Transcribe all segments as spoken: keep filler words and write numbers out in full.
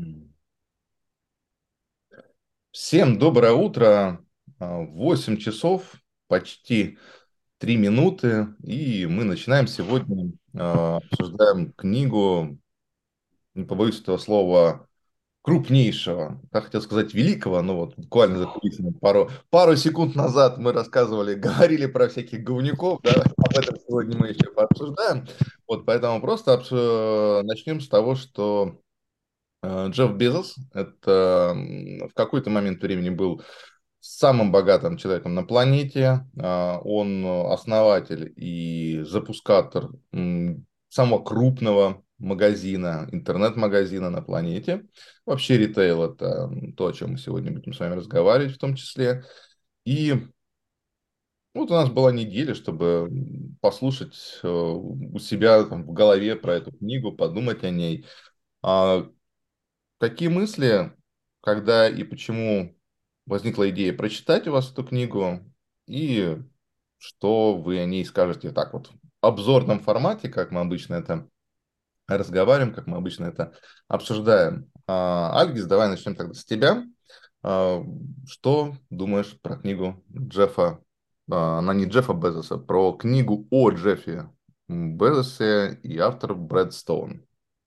Всем доброе утро. А, восемь часов, почти три минуты, и мы начинаем сегодня, а, обсуждаем книгу, не побоюсь этого слова, крупнейшего, я хотел сказать великого, но вот буквально за кулисами пару, пару секунд назад мы рассказывали, говорили про всяких говнюков, да, об этом сегодня мы еще пообсуждаем. Вот поэтому просто обсу- начнем с того, что э, Джефф Безос, это м, в какой-то момент времени был самым богатым человеком на планете. А, Он основатель и запускатор м, самого крупного магазина, интернет-магазина на планете. Вообще ритейл – это то, о чем мы сегодня будем с вами разговаривать в том числе. И вот у нас была неделя, чтобы послушать э, у себя там, в голове про эту книгу, подумать о ней. А Какие мысли, когда и почему возникла идея прочитать у вас эту книгу, и что вы о ней скажете так вот в обзорном формате, как мы обычно это разговариваем, как мы обычно это обсуждаем. А, Альгис, давай начнем тогда с тебя. А, Что думаешь про книгу Джеффа, а, она не Джеффа Безоса, про книгу о Джеффе Безосе и автор Брэд Стоун?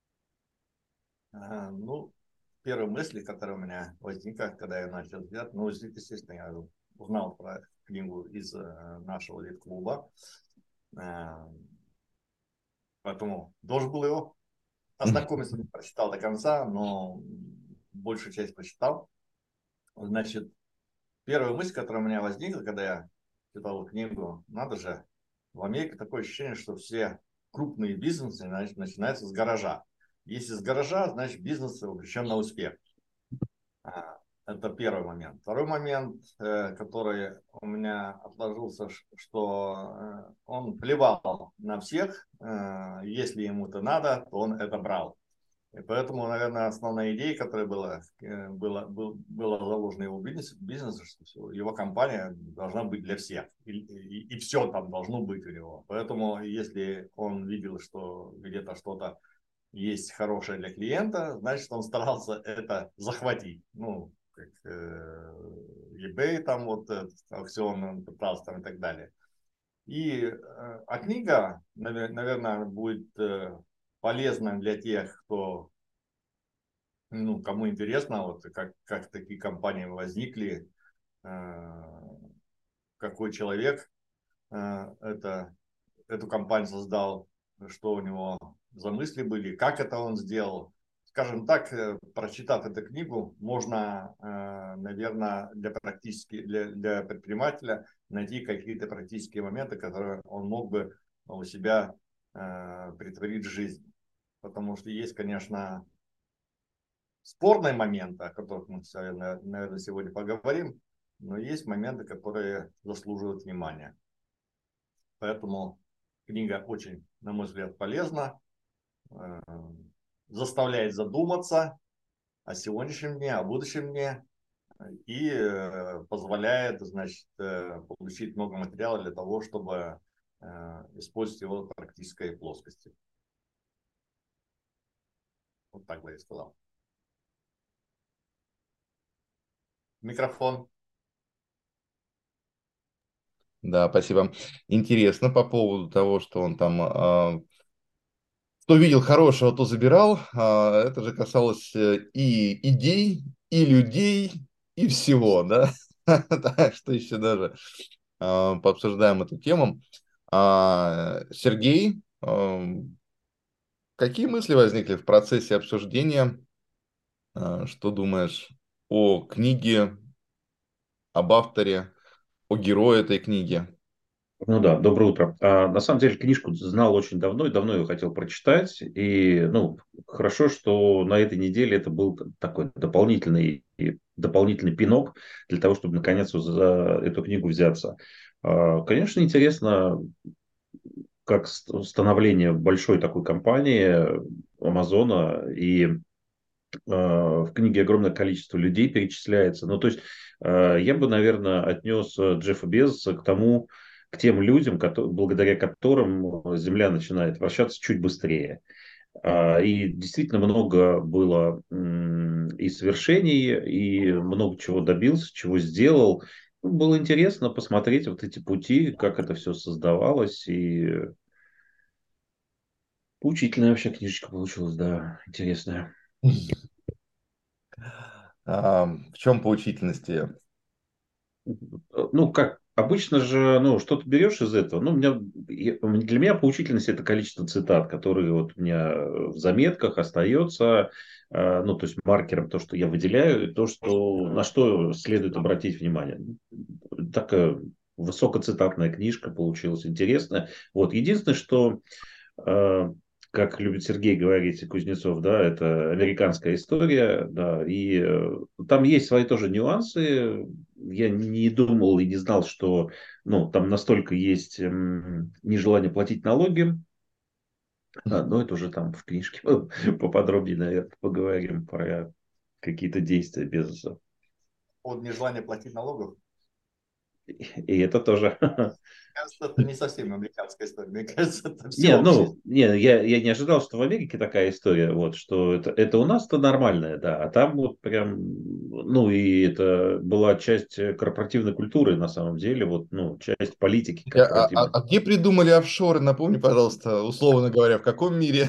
А, Ну, первые мысли, которые у меня возникли, когда я начал взять, ну, естественно, я узнал про книгу из э, нашего лид-клуба, Э, поэтому должен был его ознакомиться, не прочитал до конца, но большую часть прочитал. Значит, первая мысль, которая у меня возникла, когда я читал книгу, надо же, в Америке такое ощущение, что все крупные бизнесы значит, начинаются с гаража. Если с гаража, значит бизнес обречен на успех. А, Это первый момент. Второй момент, э, который у меня отложился, ш- что э, он плевал на всех. э, Если ему это надо, то он это брал. И поэтому, наверное, основная идея, которая была, э, была, был, была заложена его бизнес, бизнесу, что всё, его компания должна быть для всех. И, и, и все там должно быть у него. Поэтому, если он видел, что где-то что-то есть хорошее для клиента, значит, он старался это захватить. Ну, как э, eBay, там вот этот аукцион он пытался там и так далее. И, э, а книга, наверное, будет э, полезна для тех, кто, ну, кому интересно, вот как, как такие компании возникли, э, какой человек э, это, эту компанию создал, что у него за мысли были, как это он сделал. Скажем так, э, прочитав эту книгу, можно, э, наверное, для, практически, для, для предпринимателя найти какие-то практические моменты, которые он мог бы у себя э, притворить в жизнь. Потому что есть, конечно, спорные моменты, о которых мы, наверное, сегодня поговорим, но есть моменты, которые заслуживают внимания. Поэтому книга очень, на мой взгляд, полезна, э, заставляет задуматься о сегодняшнем дне, о будущем дне и э, позволяет, значит, э, получить много материала для того, чтобы э, использовать его в практической плоскости. Вот так бы я сказал. Микрофон. Да, спасибо. Интересно по поводу того, что он там, а, что видел хорошего, то забирал. А, это же касалось э, и идей, и людей, и всего, да? Так что еще даже а, пообсуждаем эту тему. А, Сергей, а, какие мысли возникли в процессе обсуждения? А, Что думаешь о книге, об авторе, о герое этой книги? Ну да, доброе утро. А, на самом деле книжку знал очень давно и давно ее хотел прочитать. И ну, хорошо, что на этой неделе это был такой дополнительный, дополнительный пинок для того, чтобы наконец за эту книгу взяться. А, конечно, интересно, как ст- становление большой такой компании Амазона и а, в книге огромное количество людей перечисляется. Ну, то есть, а, я бы, наверное, отнес э, Джеффа Безоса к тому, к тем людям, кото- благодаря которым Земля начинает вращаться чуть быстрее. А, И действительно много было и свершений, и много чего добился, чего сделал. Ну, было интересно посмотреть вот эти пути, как это все создавалось, и поучительная вообще книжечка получилась, да, интересная. А, в чем поучительности? Ну, как обычно же, ну, что-то берешь из этого. Ну, у меня, я- для меня поучительность это количество цитат, которые вот у меня в заметках остается, э, ну, то есть маркером то, что я выделяю, и то, что, на что следует обратить внимание. Такая высокоцитатная книжка получилась, интересная. Вот, единственное, что э, как любит Сергей говорить, Кузнецов, да, это американская история, да, и э, там есть свои тоже нюансы. Я не думал и не знал, что, ну, там настолько есть м, нежелание платить налоги. А, но это уже там в книжке поподробнее, наверное, поговорим про какие-то действия Безоса. От нежелания платить налогов. И это тоже. Кажется, это не совсем американская история. Мне кажется, это Не, всеобщая. ну, не, я, я не ожидал, что в Америке такая история, вот, что это, это у нас-то нормальная, да, а там вот прям, ну, и это была часть э, корпоративной культуры, на самом деле, вот, ну, часть политики А, а- корпоративной. а где придумали офшоры? Напомни, пожалуйста, условно говоря, в каком мире?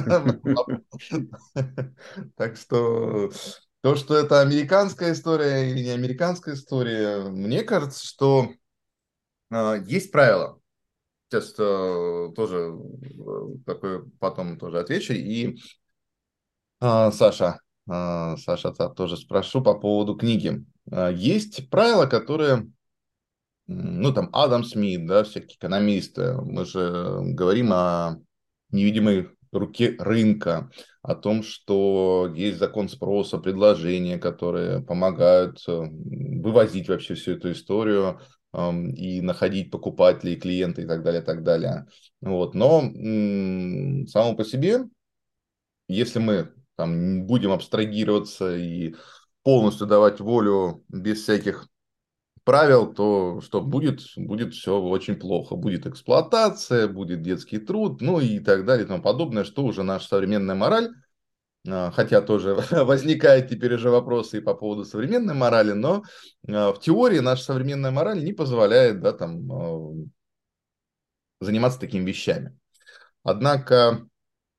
Так что то, что это американская история или не американская история, мне кажется, что а, есть правила. Сейчас э, тоже э, такой потом тоже отвечу. И а, Саша, а, Саша, та- тоже спрошу по поводу книги. А, Есть правила, которые М, ну, там, Адам Смит, да, всякие экономисты. Мы же говорим о невидимой руке рынка, о том, что есть закон спроса, предложения, которые помогают э, вывозить вообще всю эту историю эм, и находить покупателей, клиента и так далее, и так далее. Вот. Но м, само по себе, если мы там будем абстрагироваться и полностью давать волю без всяких правил, то что будет? Будет все очень плохо. Будет эксплуатация, будет детский труд, ну и так далее и тому подобное, что уже наша современная мораль, а, хотя тоже возникают теперь уже вопросы и по поводу современной морали, но а, в теории наша современная мораль не позволяет, да, там, а, заниматься такими вещами. Однако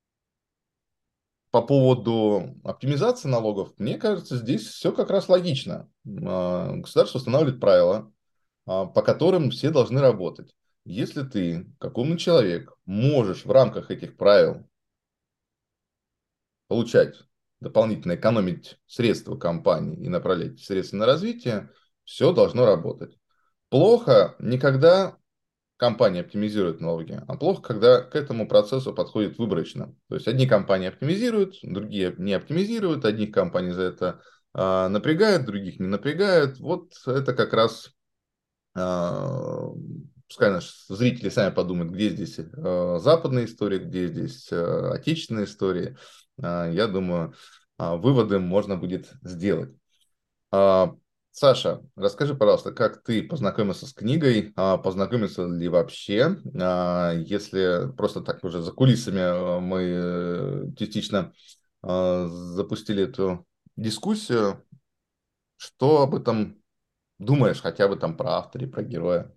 по поводу оптимизации налогов, мне кажется, здесь все как раз логично. А, Государство устанавливает правила, а, по которым все должны работать. Если ты, как умный человек, можешь в рамках этих правил получать дополнительно экономить средства компании и направлять средства на развитие, все должно работать. Плохо не когда компания оптимизирует налоги, а плохо, когда к этому процессу подходит выборочно. То есть одни компании оптимизируют, другие не оптимизируют, одних компаний за это а, напрягают, других не напрягают. Вот это как раз а, пускай наши зрители сами подумают, где здесь э, западная история, где здесь э, отечественная история. А, Я думаю, а, выводы можно будет сделать. А, Саша, расскажи, пожалуйста, как ты познакомился с книгой, а, познакомился ли вообще, А, если просто так уже за кулисами э, мы э, частично э, запустили эту дискуссию, что об этом думаешь, хотя бы там про автора и про героя?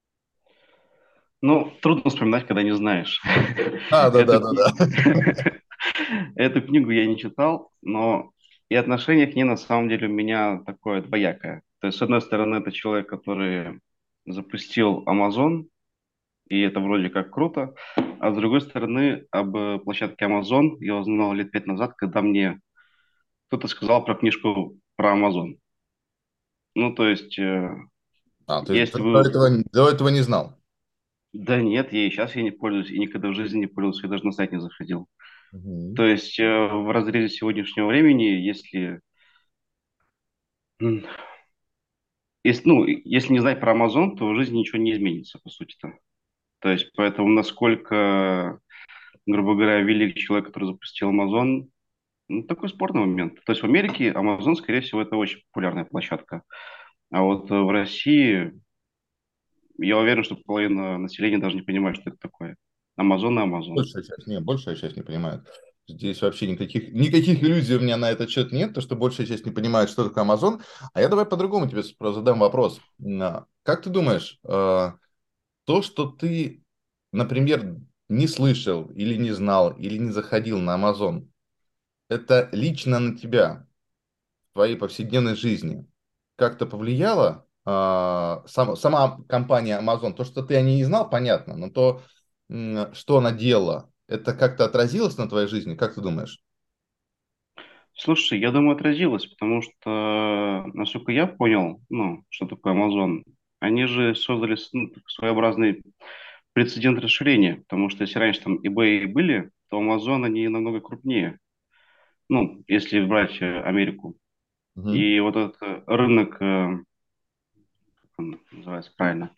Ну, трудно вспоминать, когда не знаешь. А, да, Эту да, да, кни- да. Эту книгу я не читал, но и отношение к ней на самом деле у меня такое двоякое. То есть, с одной стороны, это человек, который запустил Amazon, и это вроде как круто, а с другой стороны, об э, площадке Amazon я узнал лет пять назад, когда мне кто-то сказал про книжку про Amazon. Ну, то есть, э, А, то есть ты если до вы... этого, до этого не знал? Да нет, я и сейчас я не пользуюсь, и никогда в жизни не пользовался, я даже на сайт не заходил. Мгм. То есть э, в разрезе сегодняшнего времени, если, м, если, ну, если не знать про Amazon, то в жизни ничего не изменится, по сути-то. То есть поэтому насколько, грубо говоря, велик человек, который запустил Amazon, ну, такой спорный момент. То есть в Америке Amazon, скорее всего, это очень популярная площадка. А вот э, в России, я уверен, что половина населения даже не понимает, что это такое. Amazon и Amazon. Большая часть, не, большая часть не понимает. Здесь вообще никаких, никаких иллюзий у меня на этот счет нет, то что большая часть не понимает, что такое Amazon. А я давай по-другому тебе сп- задам вопрос. На- Как ты думаешь, э, то, что ты, например, не слышал или не знал, или не заходил на Amazon, это лично на тебя, в твоей повседневной жизни, как-то повлияло? А, сам- сама компания Amazon, то, что ты о ней не знал, понятно, но то, м, что она делала, это как-то отразилось на твоей жизни, как ты думаешь? Слушай, я думаю, отразилось, потому что, насколько я понял, ну, что такое Amazon, они же создали с- ну, так, своеобразный прецедент расширения, потому что если раньше там eBay были, то Amazon, они намного крупнее, ну, если брать э, Америку. Мгм. И вот этот э, рынок, э, как он называется правильно,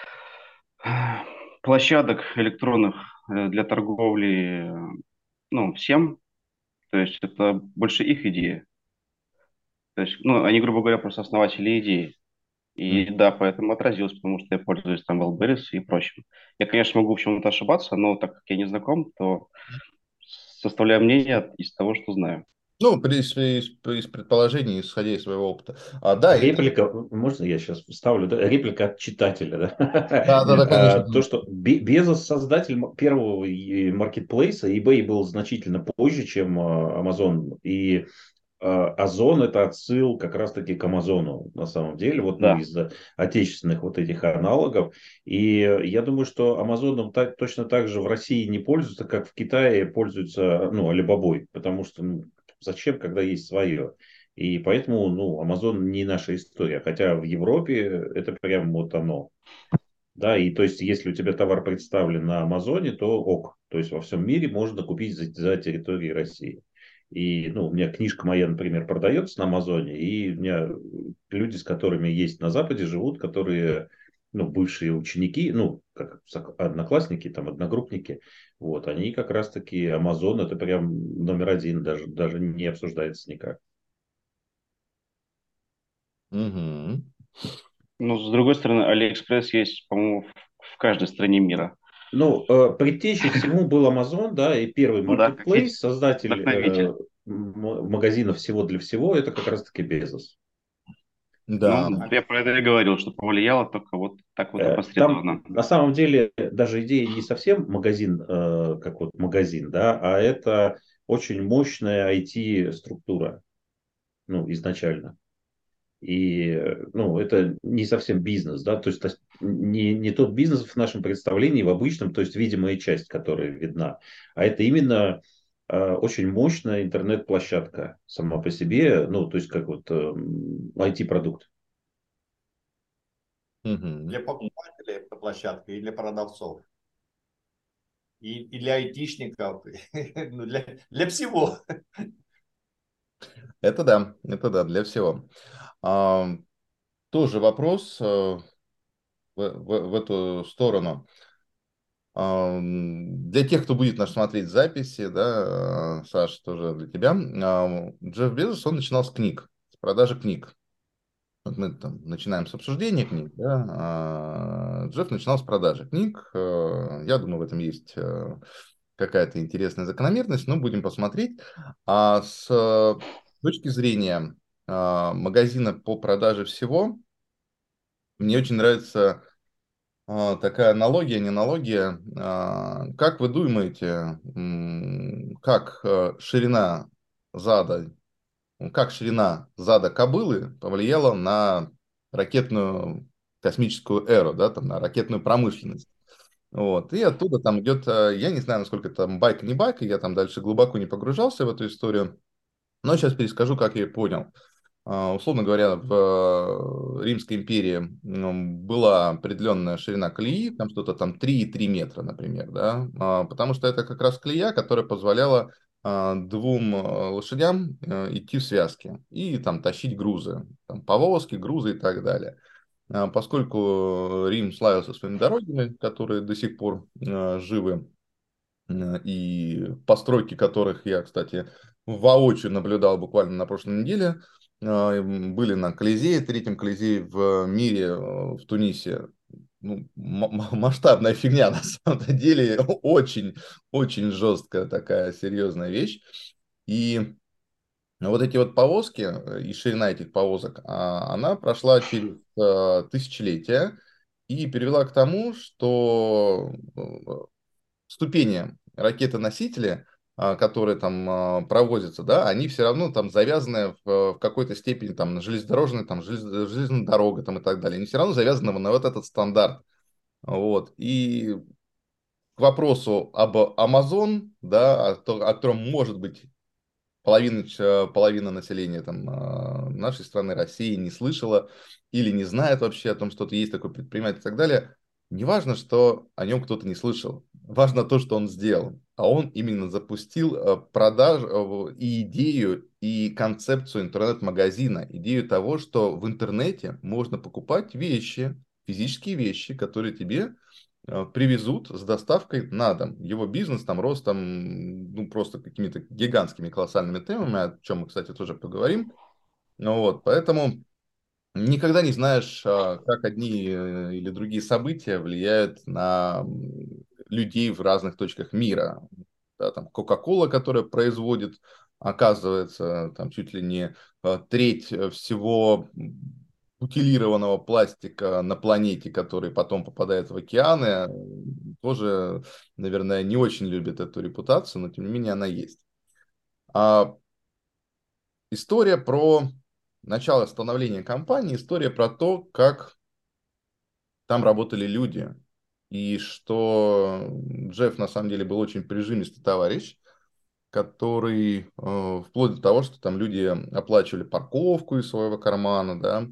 площадок электронных э, для торговли, э, ну, всем, то есть это больше их идея. То есть, ну, они, грубо говоря, просто основатели идеи. И Мгм. да, поэтому отразилось, потому что я пользуюсь там Wildberries и прочим. Я, конечно, могу в чем-то ошибаться, но так как я не знаком, то составляю мнение из того, что знаю. Ну, при- из, из- из предположений, исходя из своего опыта. А, да, и это, Реплика, можно я сейчас вставлю, да? Реплика от читателя, да? да, да, да, А, конечно. То, что Бе- Безос, создатель м- первого и- маркетплейса, eBay был значительно позже, чем а, Amazon. И а, Озон это отсыл как раз-таки к Амазону на самом деле, вот ну Да. из отечественных вот этих аналогов. И я думаю, что Амазоном так, точно так же в России не пользуются, как в Китае пользуются, ну, Алибабой, потому что ну, зачем, когда есть свое. И поэтому, ну, Амазон не наша история, хотя в Европе это прям вот оно. Да, и то есть, если у тебя товар представлен на Амазоне, то ок. То есть, во всем мире можно купить за, за территорией России. И, ну, у меня книжка моя, например, продается на Амазоне, и у меня люди, с которыми есть на Западе, живут, которые, ну, бывшие ученики, ну, как сок- одноклассники, там, одногруппники, вот, они как раз-таки Амазон, это прям номер один, даже, даже не обсуждается никак. Мгм. Но, с другой стороны, Алиэкспресс есть, по-моему, в в каждой стране мира. Ну, э, предтечей всему был Amazon, да, и первый Ну да, как marketplace, вид- создатель э, вдохновитель. м- магазина всего для всего, это как раз-таки Безос. Да. Ну, я про это и говорил, что повлияло только вот так вот Э, Там опосредованно. на самом деле даже идея не совсем магазин, э, как вот магазин, да, а это очень мощная I T-структура, ну, изначально. И, э, ну, это не совсем бизнес, да, то есть то есть не, не тот бизнес в нашем представлении, в обычном, то есть видимая часть, которая видна, а это именно э, очень мощная интернет-площадка сама по себе, ну, то есть как вот эм, I T-продукт. Мгм. Для покупателей эта площадка и для продавцов, и, и для айтишников, ну, для, для всего. Это да, это да, для всего. А, тоже вопрос э, в, в- в эту сторону. Ам, Для тех, кто будет нас смотреть записи, да, э, Саш, тоже для тебя. ам, Джефф Безос, он начинал с книг, с продажи книг. Вот мы там начинаем с обсуждения книг, да, а Джефф начинал с продажи книг. Э, Я думаю, в этом есть э, какая-то интересная закономерность, но будем посмотреть. А с э, точки зрения а, магазина по продаже всего, мне очень нравится а, такая аналогия, не аналогия. А, Как вы думаете, м, как э, ширина зада, ну, как ширина зада кобылы повлияла на ракетную космическую эру, да, там, на ракетную промышленность? Вот. И оттуда там идет, э, я не знаю, насколько там байка, не байка, я там дальше глубоко не погружался в эту историю, но сейчас перескажу, как я ее понял. А, Условно говоря, в э, Римской империи м, была определенная ширина колеи, там что-то там три и три метра, например, да, А, потому что это как раз колея, которая позволяла а, двум э, лошадям э, идти в связке и там тащить грузы, там, повозки, грузы и так далее. А, Поскольку Рим славился своими дорогами, которые до сих пор э, живы, э, и постройки которых я, кстати, воочию наблюдал буквально на прошлой неделе, э, были на Колизее, третьем Колизее в мире, э, в Тунисе. ну, масштабная фигня на самом деле, очень, очень жесткая такая серьезная вещь. И вот эти вот повозки э, и ширина этих повозок, а, она прошла через э, тысячелетия и привела к тому, что э, ступени ракеты-носители, а, которые там а, провозятся, да, они все равно там завязаны в, в какой-то степени там на железнодорожной, там желез- железная дорога там и так далее. Они все равно завязаны на вот этот стандарт. Вот. И к вопросу об Amazon, да, о, то- о котором может быть половина, ч- половина населения там, а, нашей страны, России, не слышала или не знает вообще о том, что есть такой предприниматель и так далее. Не важно, что о нем кто-то не слышал. Важно то, что он сделал. А он именно запустил э, продаж э, и идею, и концепцию интернет-магазина. Идею того, что в интернете можно покупать вещи, физические вещи, которые тебе э, привезут с доставкой на дом. Его бизнес там рос там, ну, просто какими-то гигантскими колоссальными темами, о чем мы, кстати, тоже поговорим. Ну, вот, поэтому никогда не знаешь, а, как одни э, или другие события влияют на м, людей в разных точках мира. Да, там Coca-Cola, которая производит, оказывается, там чуть ли не э, треть э, всего бутилированного пластика на планете, который потом попадает в океаны, э, тоже, наверное, не очень любит эту репутацию, но тем не менее она есть. А история про начало становления компании, история про то, как там работали люди. И что Джефф на самом деле был очень прижимистый товарищ, который э, вплоть до того, что там люди оплачивали парковку из своего кармана, да,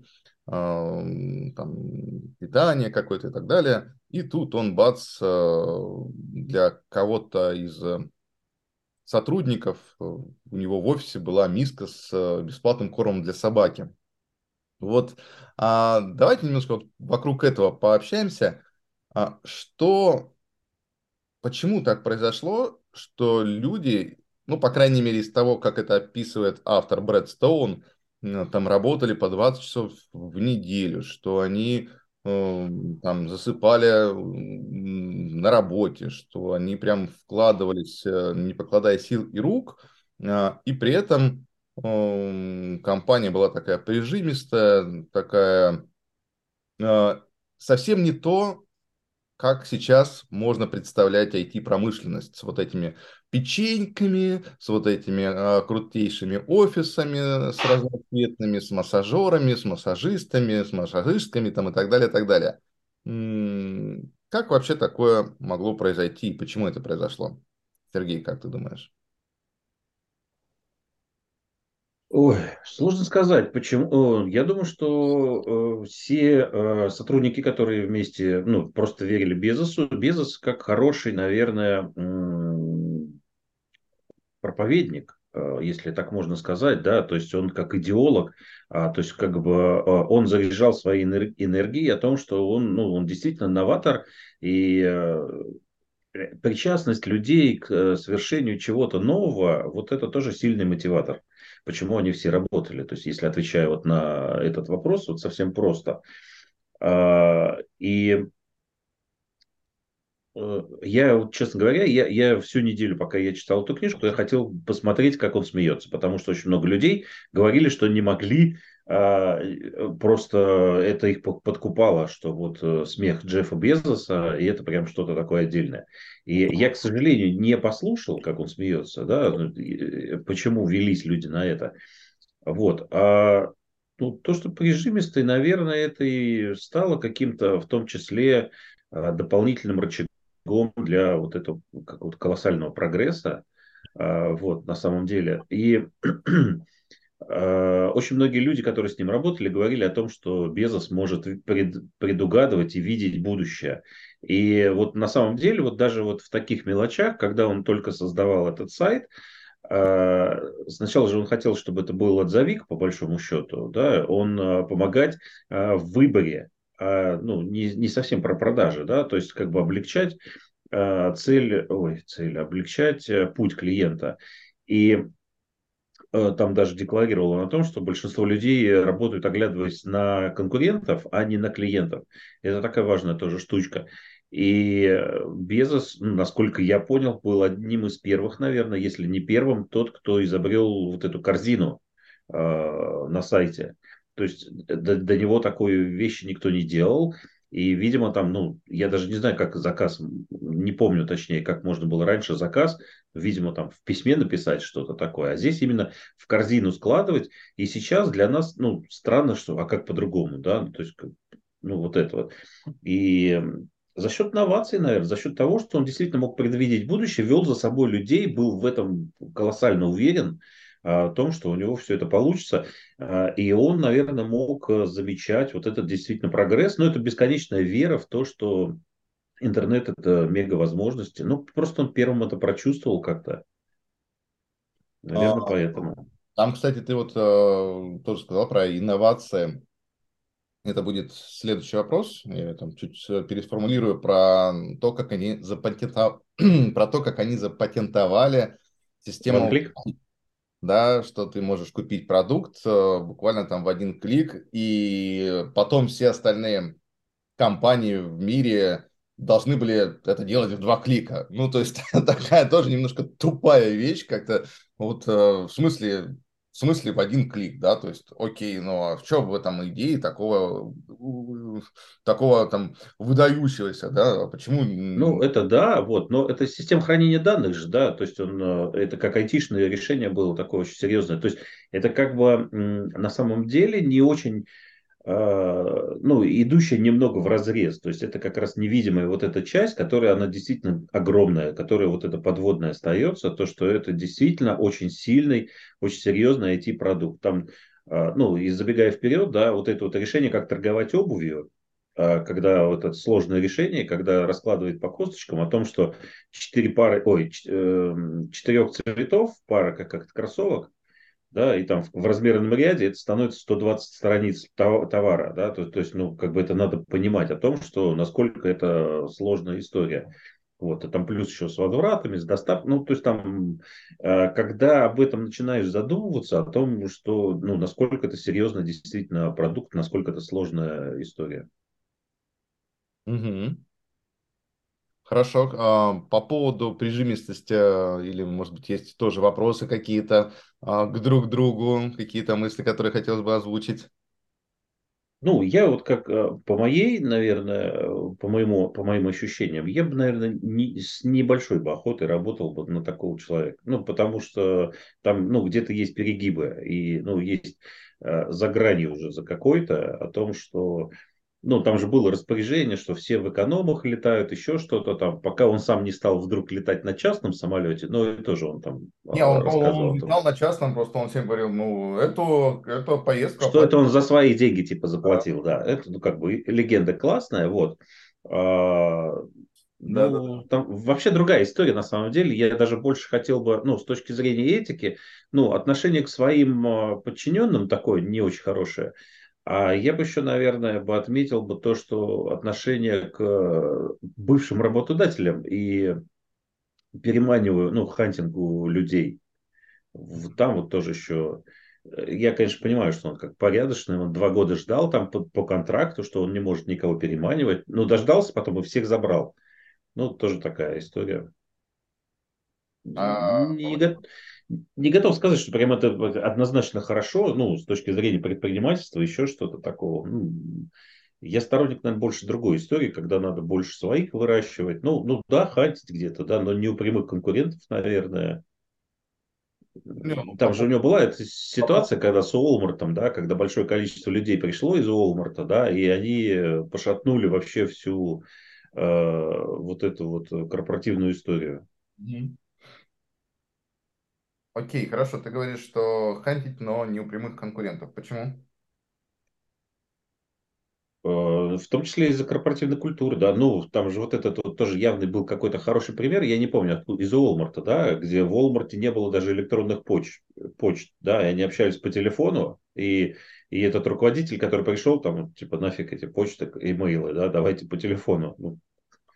э, там, питание какое-то и так далее. И тут он, бац, э, для кого-то из э, сотрудников, э, у него в офисе была миска с э, бесплатным кормом для собаки. Вот, а, давайте немножко вот вокруг этого пообщаемся. А, что, почему так произошло, что люди, ну, по крайней мере, из того, как это описывает автор Брэд Стоун, м, там работали по двадцать часов в неделю, что они э, там засыпали м, на работе, что они прям вкладывались, э, не покладая сил и рук, а, и при этом Эм, компания была такая прижимистая, такая э, совсем не то, как сейчас можно представлять ай ти-промышленность с вот этими печеньками, с вот этими э, крутейшими офисами, с разноцветными, с массажерами, с массажистами, с массажистками там, и так далее, и так далее. М, Как вообще такое могло произойти и почему это произошло? Сергей, как ты думаешь? Ой, сложно сказать, почему. О, Я думаю, что э, все э, сотрудники, которые вместе, ну, просто верили Безосу, Безос как хороший, наверное, м, проповедник, э, если так можно сказать, да, то есть он как идеолог, а, то есть как бы э, он заряжал своей энер- энергией о том, что он, ну, он действительно новатор, и э, причастность людей к э, совершению чего-то нового, вот это тоже сильный мотиватор. Почему они все работали? То есть, если отвечая вот на этот вопрос, вот совсем просто. А, И э, я, вот, честно говоря, я, я всю неделю, пока я читал эту книжку, я хотел посмотреть, как он смеется, потому что очень много людей говорили, что не могли, а, э, просто это их по- подкупало, что вот э, смех Джеффа Безоса, и это прям что-то такое отдельное. И я, к сожалению, не послушал, как он смеется, да, ну, и, э, почему велись люди на это. Вот. А ну, то, что прижимистый, наверное, это и стало каким-то, в том числе, а, дополнительным рычагом для вот этого какого-то колоссального прогресса. А, Вот, на самом деле. И а, очень многие люди, которые с ним работали, говорили о том, что Безос может пред- предугадывать и видеть будущее. И вот на самом деле, вот даже вот в таких мелочах, когда он только создавал этот сайт, а, сначала же он хотел, чтобы это был отзовик, по большому счету, да, он а, помогать а, в выборе, а, ну, не, не совсем про продажи, да, то есть как бы облегчать а, цель, ой, цель, облегчать э, путь клиента. И э, там даже декларировал он о том, что большинство людей работают, оглядываясь на конкурентов, а не на клиентов. Это такая важная тоже штучка. И э, Безос, ну, насколько я понял, был одним из первых, наверное, если не первым, тот, кто изобрел вот эту корзину э, на сайте. То есть э, до, до него такой вещи никто не делал. И, видимо, там, ну, я даже не знаю, как заказ, не помню точнее, как можно было раньше заказ, видимо, там в письме написать что-то такое, а здесь именно в корзину складывать. И сейчас для нас, ну, странно, что, а как по-другому, да, ну, то есть, как- ну, вот это вот. И за счет новаций, наверное, за счет того, что он действительно мог предвидеть будущее, вел за собой людей, был в этом колоссально уверен, а, о том, что у него все это получится. А, И он, наверное, мог э, замечать вот этот действительно прогресс. Но это бесконечная вера в то, что интернет это мега возможности. Ну, просто он первым это прочувствовал как-то. А, Наверное, поэтому. Там, кстати, ты вот э, тоже сказал про инновации. Это будет следующий вопрос. Я там чуть э, переформулирую про то, как они запатентовали, про то, как они запатентовали One систему, click? да, что ты можешь купить продукт э, буквально там в один клик, и потом все остальные компании в мире должны были это делать в два клика. Ну, то есть такая тоже немножко тупая вещь, как-то вот э, в смысле, в смысле в один клик, да, то есть, окей, ну а в чем в этом идее такого, э, такого там выдающегося, да, почему? Ну, м, это да, вот, но это система хранения данных же, да, то есть он, э, это как айтишное решение было такое очень серьезное. То есть это как бы м, на самом деле не очень э, ну, идущая немного в разрез. То есть это как раз невидимая вот эта часть, которая, она действительно огромная, которая вот эта подводная остается, то, что это действительно очень сильный, очень серьезный ай ти-продукт. Там, э, ну, и забегая вперед, да, вот это вот решение, как торговать обувью, э, когда вот это сложное решение, когда раскладывает по косточкам о том, что четыре пары, ой, ч- э, четырех цветов, пара как, как кроссовок, да, и там в, в размерном ряде это становится сто двадцать страниц тов- товара, да, то, то есть, ну, как бы это надо понимать о том, что насколько это сложная история. Вот, и там плюс еще с возвратами, с доставкой, ну, то есть там, э, когда об этом начинаешь задумываться, о том, что, ну, насколько это серьезно действительно продукт, насколько это сложная история. Мгм. Хорошо. А, по поводу прижимистости, э, или, может быть, есть тоже вопросы какие-то а, к друг другу, какие-то мысли, которые хотелось бы озвучить? Ну, я вот как э, по моей, наверное, э, по моему, по моим ощущениям, я бы, наверное, не, с небольшой бы охотой работал бы на такого человека. Ну, потому что там, ну, где-то есть перегибы и, ну, есть э, за гранью уже за какой-то о том, что ну, там же было распоряжение, что все в экономах летают, еще что-то там, пока он сам не стал вдруг летать на частном самолете, но и тоже он там э, Не, он, рассказывал он о том, летал на частном, просто он всем говорил, ну, эту, эту поездку что это оплатит. он за свои деньги типа Да, заплатил, да, это, ну, как бы легенда классная, вот. А, да, да. ну, там вообще другая история на самом деле. Я даже больше хотел бы, ну, с точки зрения этики, ну, отношение к своим а, подчиненным такое не очень хорошее. А я бы еще, наверное, бы отметил бы то, что отношение к э, бывшим работодателям и переманиваю, ну, хантингу людей. В- Там вот тоже еще... э, Я, конечно, понимаю, что он как порядочный, он два года ждал там по, по контракту, что он не может никого переманивать. Но дождался, потом и всех забрал. Ну, тоже такая история. А, Не, го- не готов сказать, что прям это однозначно хорошо, ну, с точки зрения предпринимательства, еще что-то такого. Ну, я сторонник, наверное, больше другой истории, когда надо больше своих выращивать. Ну, ну да, хантить где-то, да, но не у прямых конкурентов, наверное. не, ну, по Там же у поводу- него была эта по ситуация, поводу- когда с Уолмартом, да, когда большое количество людей пришло из Уолмарта, да, и они э, пошатнули вообще всю э, вот эту вот корпоративную историю. Мгм. Окей, хорошо, ты говоришь, что хантить, но не у прямых конкурентов. Почему? Э, В том числе из-за корпоративной культуры, да. Ну, там же вот этот вот тоже явный был какой-то хороший пример, я не помню, откуда, из Уолмарта, да, где в Уолмарте не было даже электронных поч- почт, да, и они общались по телефону, и, и этот руководитель, который пришел, там, вот, типа, нафиг эти почты, имейлы, да, давайте по телефону. Ну,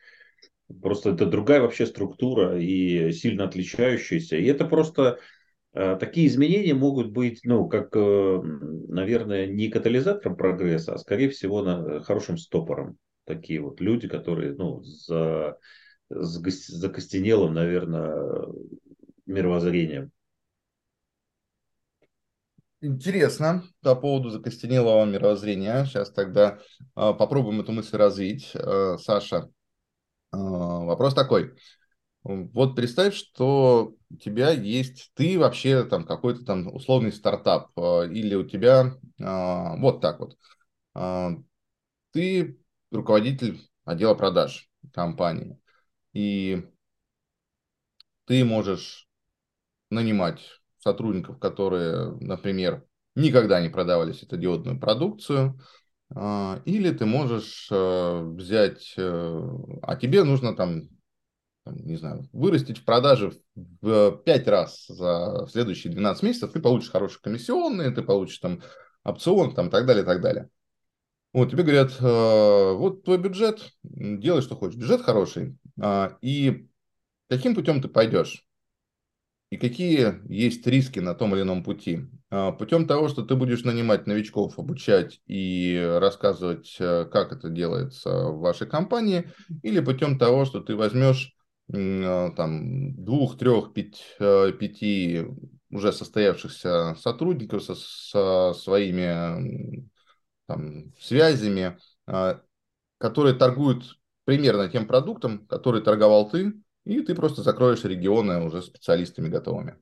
просто это другая вообще структура и сильно отличающаяся. И это просто Э, Такие изменения могут быть, ну, как, э, наверное, не катализатором прогресса, а скорее всего на, хорошим стопором. Такие вот люди, которые, ну, за, с гос- закостенелым, наверное, мировоззрением. Интересно по поводу закостенелого мировоззрения. Сейчас тогда а, попробуем эту мысль развить. А, Саша, а, вопрос такой. Вот представь, что у тебя есть, ты вообще там какой-то там условный стартап, а, или у тебя а, вот так вот. а, Ты руководитель отдела продаж компании, и ты можешь нанимать сотрудников, которые, например, никогда не продавали светодиодную продукцию, а, или ты можешь э, взять, э, а тебе нужно там, там, не знаю, вырастить в продаже в пять раз за следующие двенадцать месяцев, ты получишь хорошие комиссионные, ты получишь там опцион, там, так далее, так далее. Вот, тебе говорят, э, вот твой бюджет, м, делай, что хочешь. Бюджет хороший. А, и каким путем ты пойдешь? И какие есть риски на том или ином пути? А, Путем того, что ты будешь нанимать новичков, обучать и рассказывать, э, как это делается в вашей компании, или путем того, что ты возьмешь м, а, там двух, трех, пять, э, пяти уже состоявшихся сотрудников со, со своими м, там, связями, а, которые торгуют примерно тем продуктом, который торговал ты, и ты просто закроешь регионы уже специалистами готовыми.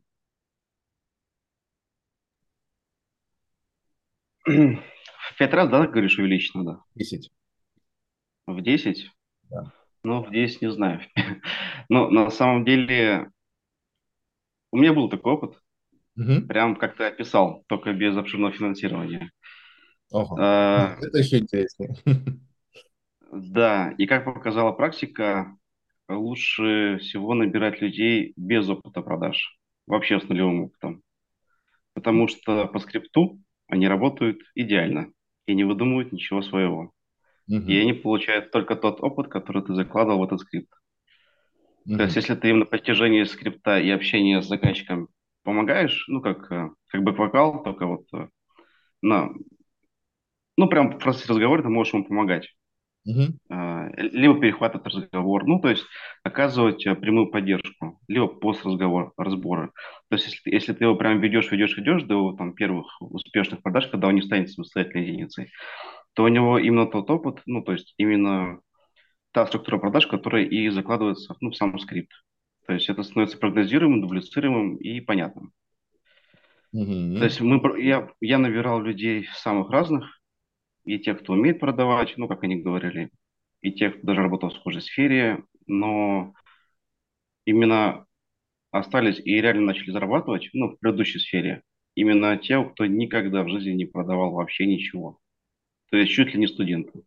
В пять раз, да, говоришь, увеличить надо? Десять. В десять? Да. Ну, в десять не знаю. Но на самом деле у меня был такой опыт, Мгм. прям как ты описал, только без обширного финансирования. Ого. Э, Это еще интереснее. Да, и как показала практика, лучше всего набирать людей без опыта продаж, вообще с нулевым опытом. Потому что по скрипту они работают идеально и не выдумывают ничего своего. И Мгм. они получают только тот опыт, который ты закладывал в этот скрипт. То есть, Мгм. если ты им на протяжении скрипта и общения с заказчиком помогаешь, ну, как, э, как бэк-вокал, только вот э, на, ну, прям в процессе разговора ты можешь ему помогать. Мгм. А, либо перехватывать разговор, ну, то есть оказывать э, прямую поддержку, либо пост-разговор, разборы. То есть, если, ты- если ты его прям ведешь, ведешь, ведешь до там, первых успешных продаж, когда он не станет самостоятельной единицей, то у него именно тот опыт, ну, то есть именно та структура продаж, которая и закладывается ну, в сам скрипт. То есть это становится прогнозируемым, дублицируемым и понятным. То Мгм. есть мы, про- я, я набирал людей самых разных, и тех, кто умеет продавать, ну, как они говорили, и тех, кто даже работал в схожей сфере, но именно остались и реально начали зарабатывать, ну, в предыдущей сфере, именно те, кто никогда в жизни не продавал вообще ничего. То есть чуть ли не студенты.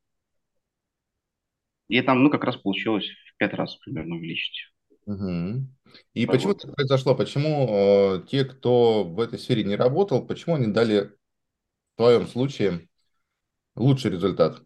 И там, ну, как раз получилось в пять раз примерно увеличить. Мгм. И почему Вот. это произошло? Почему э, те, кто в этой сфере не работал, почему они дали в твоем случае лучший результат?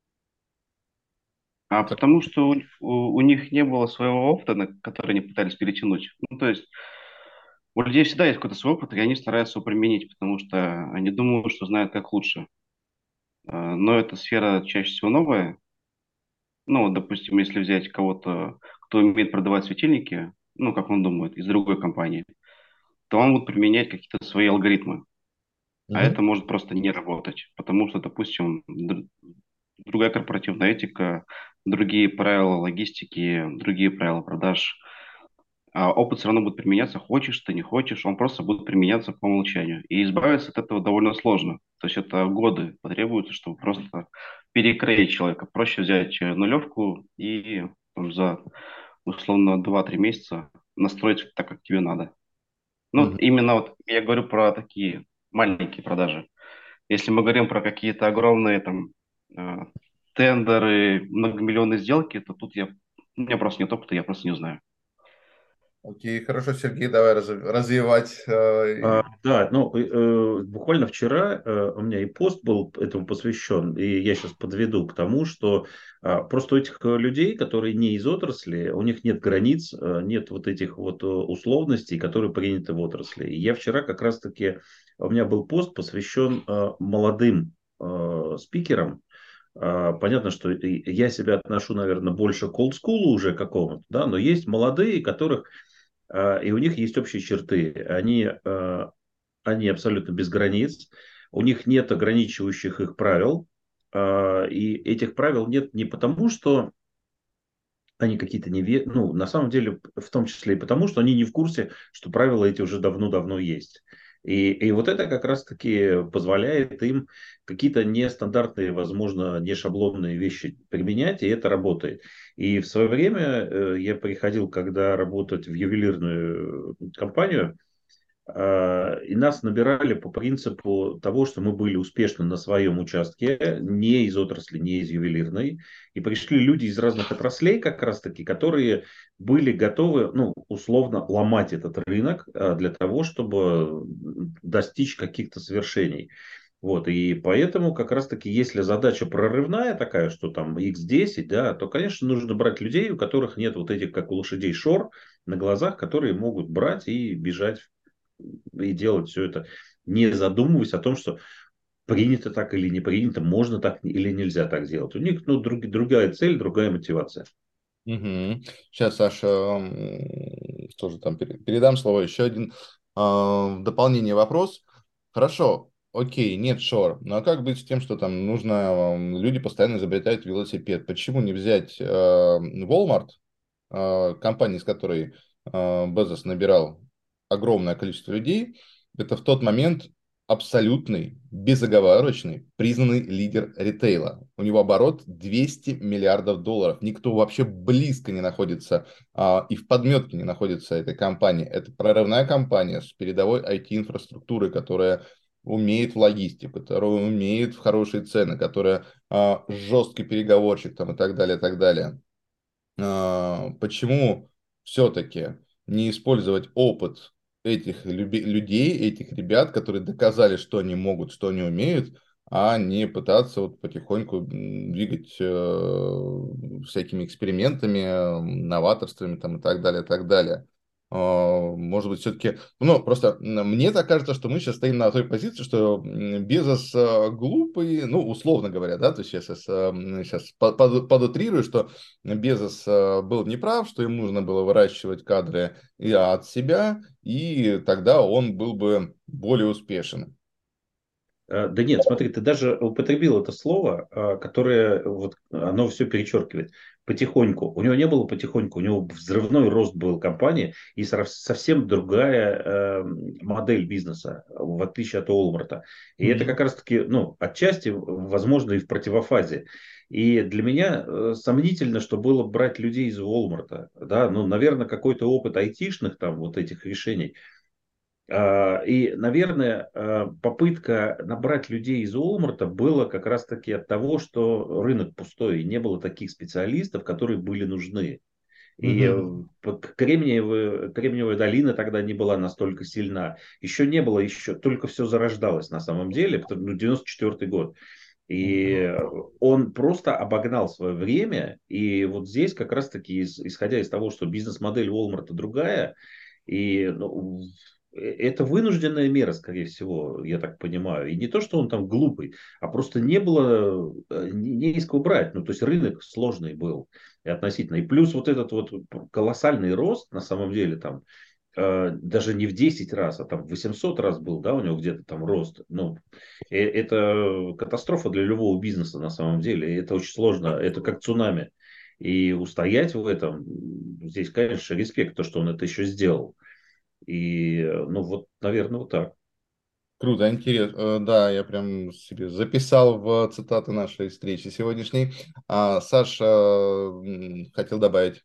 А Как- потому что у, у- у них не было своего опыта, на который они пытались перетянуть. Ну, то есть у людей всегда есть какой-то свой опыт, и они стараются его применить, потому что они думают, что знают, как лучше. А, Но эта сфера чаще всего новая. Ну, вот, допустим, если взять кого-то, кто умеет продавать светильники, ну, как он думает, из другой компании, то он будет применять какие-то свои алгоритмы. А Мгм. это может просто не работать, потому что, допустим, др- другая корпоративная этика, другие правила логистики, другие правила продаж. А опыт все равно будет применяться, хочешь ты, не хочешь, он просто будет применяться по умолчанию. И избавиться от этого довольно сложно. То есть это годы потребуется, чтобы просто перекроить человека. Проще взять э, нулевку и там, за условно два-три месяца настроить так, как тебе надо. Ну, вот Мгм. именно вот я говорю про такие маленькие продажи. Если мы говорим про какие-то огромные там э, тендеры, многомиллионные сделки, то тут я, у меня просто нет опыта, я просто не знаю. Окей, хорошо, Сергей, давай раз- развивать. А, э, да, ну, э, э, буквально вчера э, у меня и пост был этому посвящен, и я сейчас подведу к тому, что а, просто у этих э, людей, которые не из отрасли, у них нет границ, э, нет вот этих вот э, условностей, которые приняты в отрасли. И я вчера как раз-таки, у меня был пост посвящен э, молодым э, спикерам. А, Понятно, что и я себя отношу, наверное, больше к олдскулу уже какому-то, да, но есть молодые, которых а, и у них есть общие черты. Они, а, они абсолютно без границ, у них нет ограничивающих их правил, а, и этих правил нет не потому, что они какие-то неве... ну, на самом деле, в том числе и потому, что они не в курсе, что правила эти уже давно-давно есть. И, и вот это как раз-таки позволяет им какие-то нестандартные, возможно, не шаблонные вещи применять, и это работает. И в свое время э, я приходил, когда работать в ювелирную компанию, а, и нас набирали по принципу того, что мы были успешны на своем участке, не из отрасли, не из ювелирной. И пришли люди из разных отраслей, как раз таки, которые были готовы, ну, условно, ломать этот рынок а, для того, чтобы достичь каких-то свершений. Вот, и поэтому как раз-таки, если задача прорывная такая, что там икс десять, да, то, конечно, нужно брать людей, у которых нет вот этих, как у лошадей, шор на глазах, которые могут брать и бежать и делать все это, не задумываясь о том, что принято так или не принято, можно так или нельзя так делать. У них ну, друг, другая цель, другая мотивация. Мгм. Сейчас, Саша, м, тоже там пере- передам слово. Еще один а, в дополнение вопрос. Хорошо, окей, нет шор. Ну а как быть с тем, что там нужно, м, люди постоянно изобретают велосипед? Почему не взять а, Walmart, а, компании, с которой а, Безос набирал огромное количество людей, это в тот момент абсолютный, безоговорочный, признанный лидер ритейла. У него оборот двести миллиардов долларов. Никто вообще близко не находится а, и в подметке не находится этой компании. Это прорывная компания с передовой ай ти-инфраструктурой, которая умеет в логистику, которая умеет в хорошие цены, которая а, жесткий переговорщик там, и так далее, и так далее. А, почему все-таки не использовать опыт этих люби- людей, этих ребят, которые доказали, что они могут, что они умеют, а не пытаться вот потихоньку м, двигать э, всякими экспериментами, э, новаторствами там, и так далее, и так далее. А, Может быть, все-таки, ну, просто м, мне так кажется, что мы сейчас стоим на той позиции, что м, Безос э, глупый, ну, условно говоря, да, то есть я сейчас, сейчас подутрирую, что Безос э, был неправ, что им нужно было выращивать кадры и от себя, и тогда он был бы более успешен. Э, Да нет, смотри, ты даже употребил это слово, э, которое вот оно все перечеркивает. Потихоньку. У него не было потихоньку, у него взрывной рост был компании и сов- совсем другая э, модель бизнеса, в отличие от Уолмарта. И это как Мгм. раз-таки, ну, отчасти, возможно, и в противофазе. И для меня э, сомнительно, что было брать людей из Уолмарта. Да? Ну, наверное, какой-то опыт айтишных там вот этих решений. А, И, наверное, а, попытка набрать людей из Уолмарта была как раз-таки от того, что рынок пустой, и не было таких специалистов, которые были нужны. И э, Мгм. вот Кремниевая, Кремниевая долина тогда не была настолько сильна. Еще не было, еще только все зарождалось на самом деле, потому ну, девяносто четвёртый год. И он просто обогнал свое время. И вот здесь как раз-таки, ис- исходя из того, что бизнес-модель Walmart другая, и ну, э, это вынужденная мера, скорее всего, я так понимаю. И не то, что он там глупый, а просто не было, э, не, не из кого брать. Ну, то есть рынок сложный был и относительно. И плюс вот этот вот колоссальный рост, на самом деле, там, э, даже не в десять раз, а там в восемьсот раз был, да, у него где-то там рост. Ну, э, это катастрофа для любого бизнеса на самом деле. И это очень сложно. Это как цунами. И устоять в этом, м, здесь, конечно, респект, то, что он это еще сделал. И, э, ну, вот, наверное, вот так. Круто, интересно. Э, Да, я прям себе записал в цитаты нашей встречи сегодняшней. А, Саша м, хотел добавить.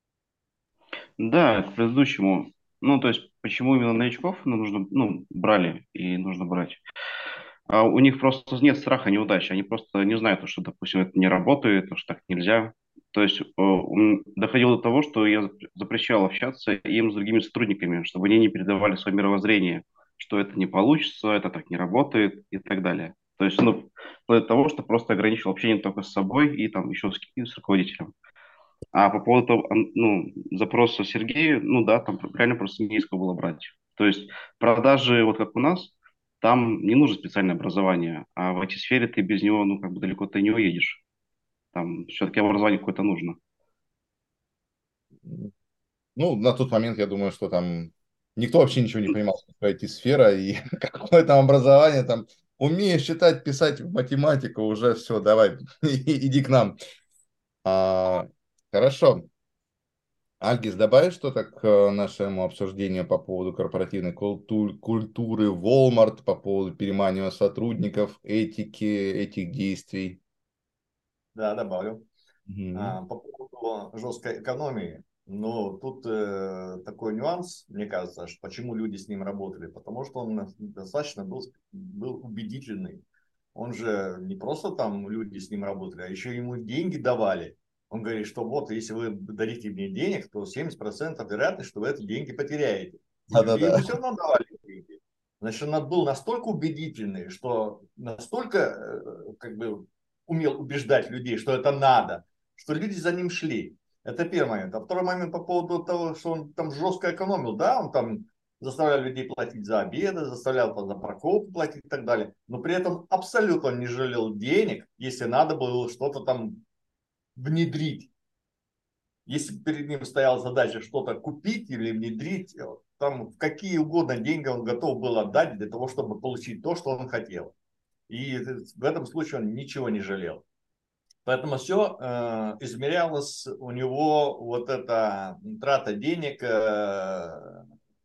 Да, к предыдущему. Ну, то есть, почему именно новичков ну, нужно, ну, брали и нужно брать? А у них просто нет страха неудачи. Они просто не знают, что, допустим, это не работает, что так нельзя. То есть э, м, доходило до того, что я зап- запрещал общаться им с другими сотрудниками, чтобы они не передавали свое мировоззрение, что это не получится, это так не работает и так далее. То есть, ну, вплоть до того, что просто ограничивал общение только с собой и там еще с, и с руководителем. А по поводу того, ан- ну, запроса Сергея, ну да, там реально просто не из кого было брать. То есть продажи, вот как у нас, там не нужно специальное образование, а в I T-сфере ты без него, ну, как бы далеко ты не уедешь. Там все-таки образование какое-то нужно. Ну, на тот момент я думаю, что там никто вообще ничего не понимал, что I T-сфера и какое там образование, там, умеешь читать, писать математику, уже все, давай, иди к нам. А, хорошо. Альгис, добавишь что-то к э, нашему обсуждению по поводу корпоративной культу- культуры Walmart, по поводу переманивания сотрудников, этики, этих действий? Да, добавлю. Мгм. А, по поводу жесткой экономии, но тут э, такой нюанс, мне кажется, что почему люди с ним работали, потому что он достаточно был, был убедительный. Он же не просто там люди с ним работали, а еще ему деньги давали. Он говорит, что вот, если вы дадите мне денег, то семьдесят процентов вероятность, что вы эти деньги потеряете. И люди Да-да-да. ему все равно давали деньги. Значит, он был настолько убедительный, что настолько э, как бы умел убеждать людей, что это надо, что люди за ним шли. Это первый момент. А второй момент по поводу того, что он там жестко экономил. Да, он там заставлял людей платить за обеды, заставлял за парковку платить и так далее. Но при этом абсолютно не жалел денег, если надо было что-то там внедрить. Если перед ним стояла задача что-то купить или внедрить, там какие угодно деньги он готов был отдать для того, чтобы получить то, что он хотел. И в этом случае он ничего не жалел. Поэтому все э, измерялось у него вот эта трата денег э,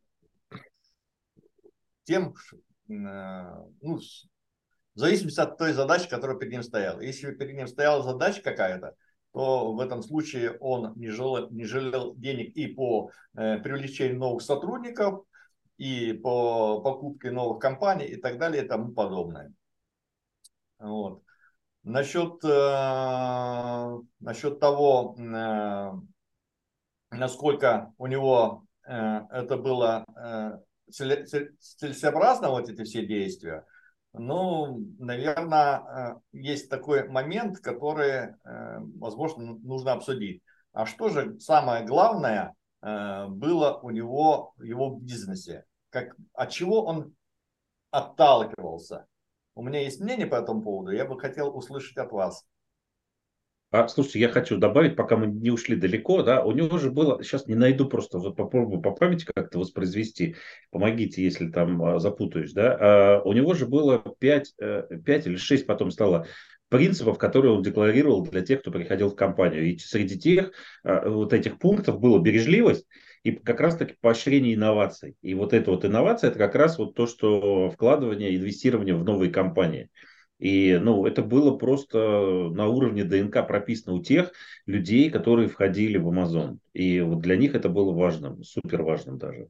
тем, э, ну, в зависимости от той задачи, которая перед ним стояла. Если перед ним стояла задача какая-то, то в этом случае он не жалел, не жалел денег и по э, привлечению новых сотрудников, и по покупке новых компаний и так далее и тому подобное. Вот. Насчет, э, насчет того, э, насколько у него э, это было э, целесообразно, вот эти все действия, ну, наверное, э, есть такой момент, который, э, возможно, нужно обсудить. А что же самое главное э, было у него в его бизнесе? Как, от чего он отталкивался? У меня есть мнение по этому поводу, я бы хотел услышать от вас. А, слушайте, я хочу добавить, пока мы не ушли далеко, да, у него же было, сейчас не найду просто, вот попробую поправить, как-то воспроизвести, помогите, если там а, запутаюсь, да, а, у него же было пять, э, пять или шесть потом стало принципов, которые он декларировал для тех, кто приходил в компанию. И среди тех а, вот этих пунктов была бережливость и как раз-таки поощрение инноваций. И вот эта вот инновация, это как раз вот то, что вкладывание, инвестирование в новые компании. И, ну, это было просто на уровне ДНК прописано у тех людей, которые входили в Amazon. И вот для них это было важным, супер важным даже.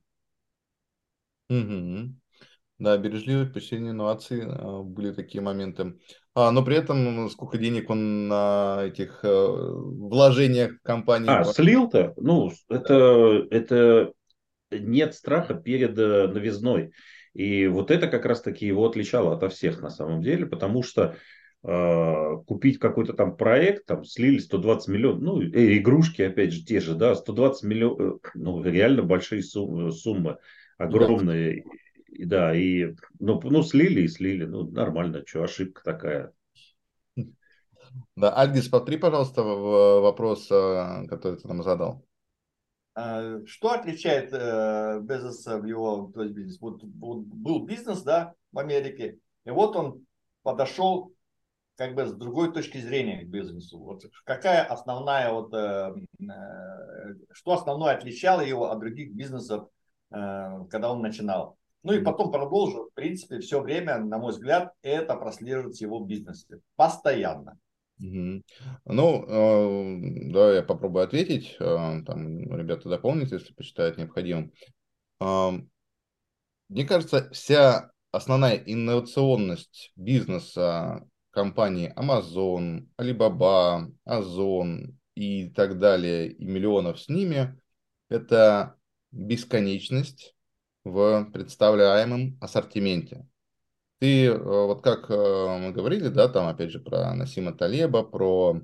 Мгм. Да, бережливость, поощрение инноваций, э, были такие моменты. А, но при этом ну, сколько денег он на этих э, вложениях компании А, по- слил-то, ну, да. это, это нет страха перед э, новизной. И вот это как раз-таки его отличало ото всех на самом деле, потому что э, купить какой-то там проект, там слили сто двадцать миллионов, ну, э, игрушки, опять же, те же, да, сто двадцать миллионов, э, ну, реально большие суммы, суммы Гигантские. огромные, и, да, и, ну, ну, слили и слили, ну, нормально, что, ошибка такая. Да, Альгис, повтори, пожалуйста, в- вопрос, э, который ты нам задал. А, Что отличает э, Безоса в его, то есть бизнес? Вот, вот был бизнес, да, в Америке, и вот он подошел как бы с другой точки зрения к бизнесу. Вот какая основная вот, э, э, что основное отличало его от других бизнесов, э, когда он начинал? Ну и потом продолжил, в принципе, все время, на мой взгляд, это прослеживается в его бизнесе. Постоянно. Мгм. Ну, э, да, я попробую ответить. э, Там ребята дополнят, если посчитают необходимым. Э, Мне кажется, вся основная инновационность бизнеса компании Amazon, Alibaba, Озон и так далее, и миллионов с ними, это бесконечность в представляемом ассортименте. Ты, э, вот как э, мы говорили, да, там опять же про Насима Талеба, про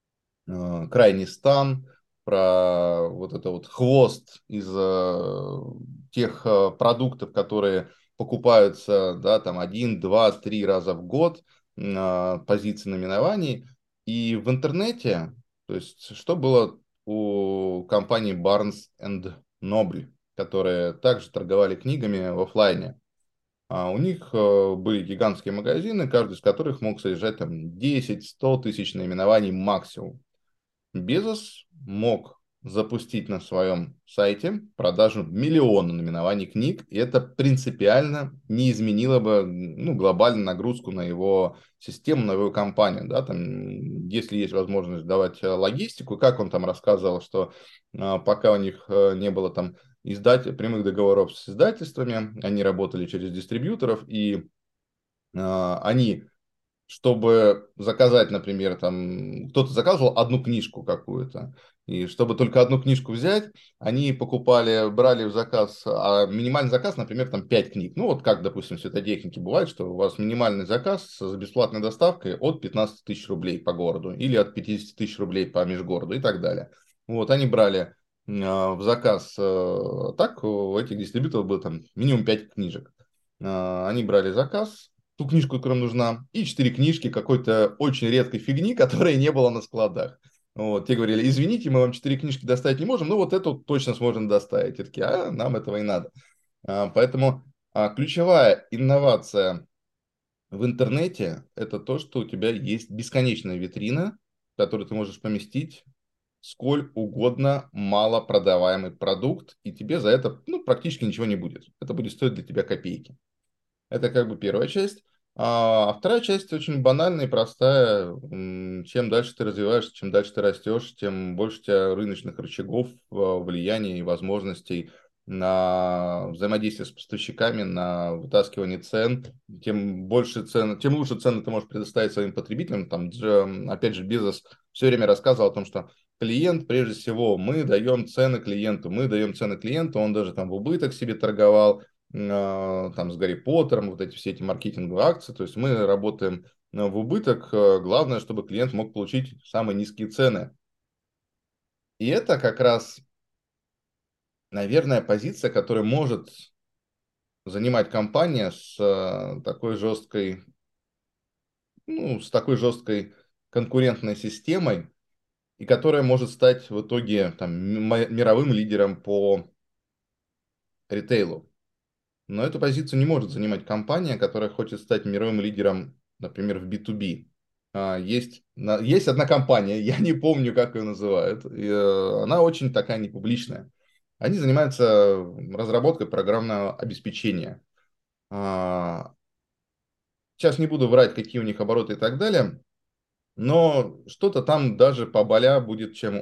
э, крайний стан, про вот это вот хвост из э, тех э, продуктов, которые покупаются, да, там один, два, три раза в год, э, позиции наименований. И в интернете, то есть, что было у компании Barnes энд Noble, которые также торговали книгами в оффлайне. А у них э, были гигантские магазины, каждый из которых мог содержать там десять-сто тысяч наименований максимум. Безос мог запустить на своем сайте продажу миллиона наименований книг, и это принципиально не изменило бы, ну, глобальную нагрузку на его систему, на его компанию. Да? Там, если есть возможность давать э, логистику, как он там рассказывал, что а, пока у них э, не было там издатель, прямых договоров с издательствами, они работали через дистрибьюторов, и а, они, чтобы заказать, например, там кто-то заказывал одну книжку какую-то, и чтобы только одну книжку взять, они покупали, брали в заказ, а минимальный заказ, например, там пять книг. Ну, вот как, допустим, в светотехнике бывает, что у вас минимальный заказ с бесплатной доставкой от пятнадцати тысяч рублей по городу или от пятидесяти тысяч рублей по межгороду и так далее. Вот, они брали э, в заказ, э, так у этих дистрибьюторов было там минимум пять книжек. Э, они брали заказ, ту книжку, которая им нужна, и четыре книжки какой-то очень редкой фигни, которой не было на складах. Вот, те говорили, извините, мы вам четыре книжки доставить не можем, но вот эту точно сможем доставить. И такие, а нам этого и надо. А, поэтому а, ключевая инновация в интернете – это то, что у тебя есть бесконечная витрина, в которую ты можешь поместить сколь угодно мало продаваемый продукт, и тебе за это, ну, практически ничего не будет. Это будет стоить для тебя копейки. Это как бы первая часть. А вторая часть очень банальная и простая. М, Чем дальше ты развиваешься, чем дальше ты растешь, тем больше у тебя рыночных рычагов, а, влияния и возможностей на взаимодействие с поставщиками, на вытаскивание цен, тем больше цен, тем лучше цены ты можешь предоставить своим потребителям. Там, же, опять же, Безос все время рассказывал о том, что клиент, прежде всего, мы даем цены клиенту, мы даем цены клиенту, он даже там в убыток себе торговал, э, там с Гарри Поттером, вот эти все эти маркетинговые акции, то есть мы работаем э, в убыток, э, главное, чтобы клиент мог получить самые низкие цены. И это как раз, наверное, позиция, которая может занимать компания с э, такой жесткой, ну, с такой жесткой конкурентной системой, и которая может стать в итоге там, м- мировым лидером по ритейлу. Но эту позицию не может занимать компания, которая хочет стать мировым лидером, например, в би ту би. А, Есть, на- есть одна компания, я не помню, как ее называют, и, э, она очень такая непубличная. Они занимаются разработкой программного обеспечения. А, Сейчас не буду врать, какие у них обороты и так далее, но что-то там даже поболя будет, чем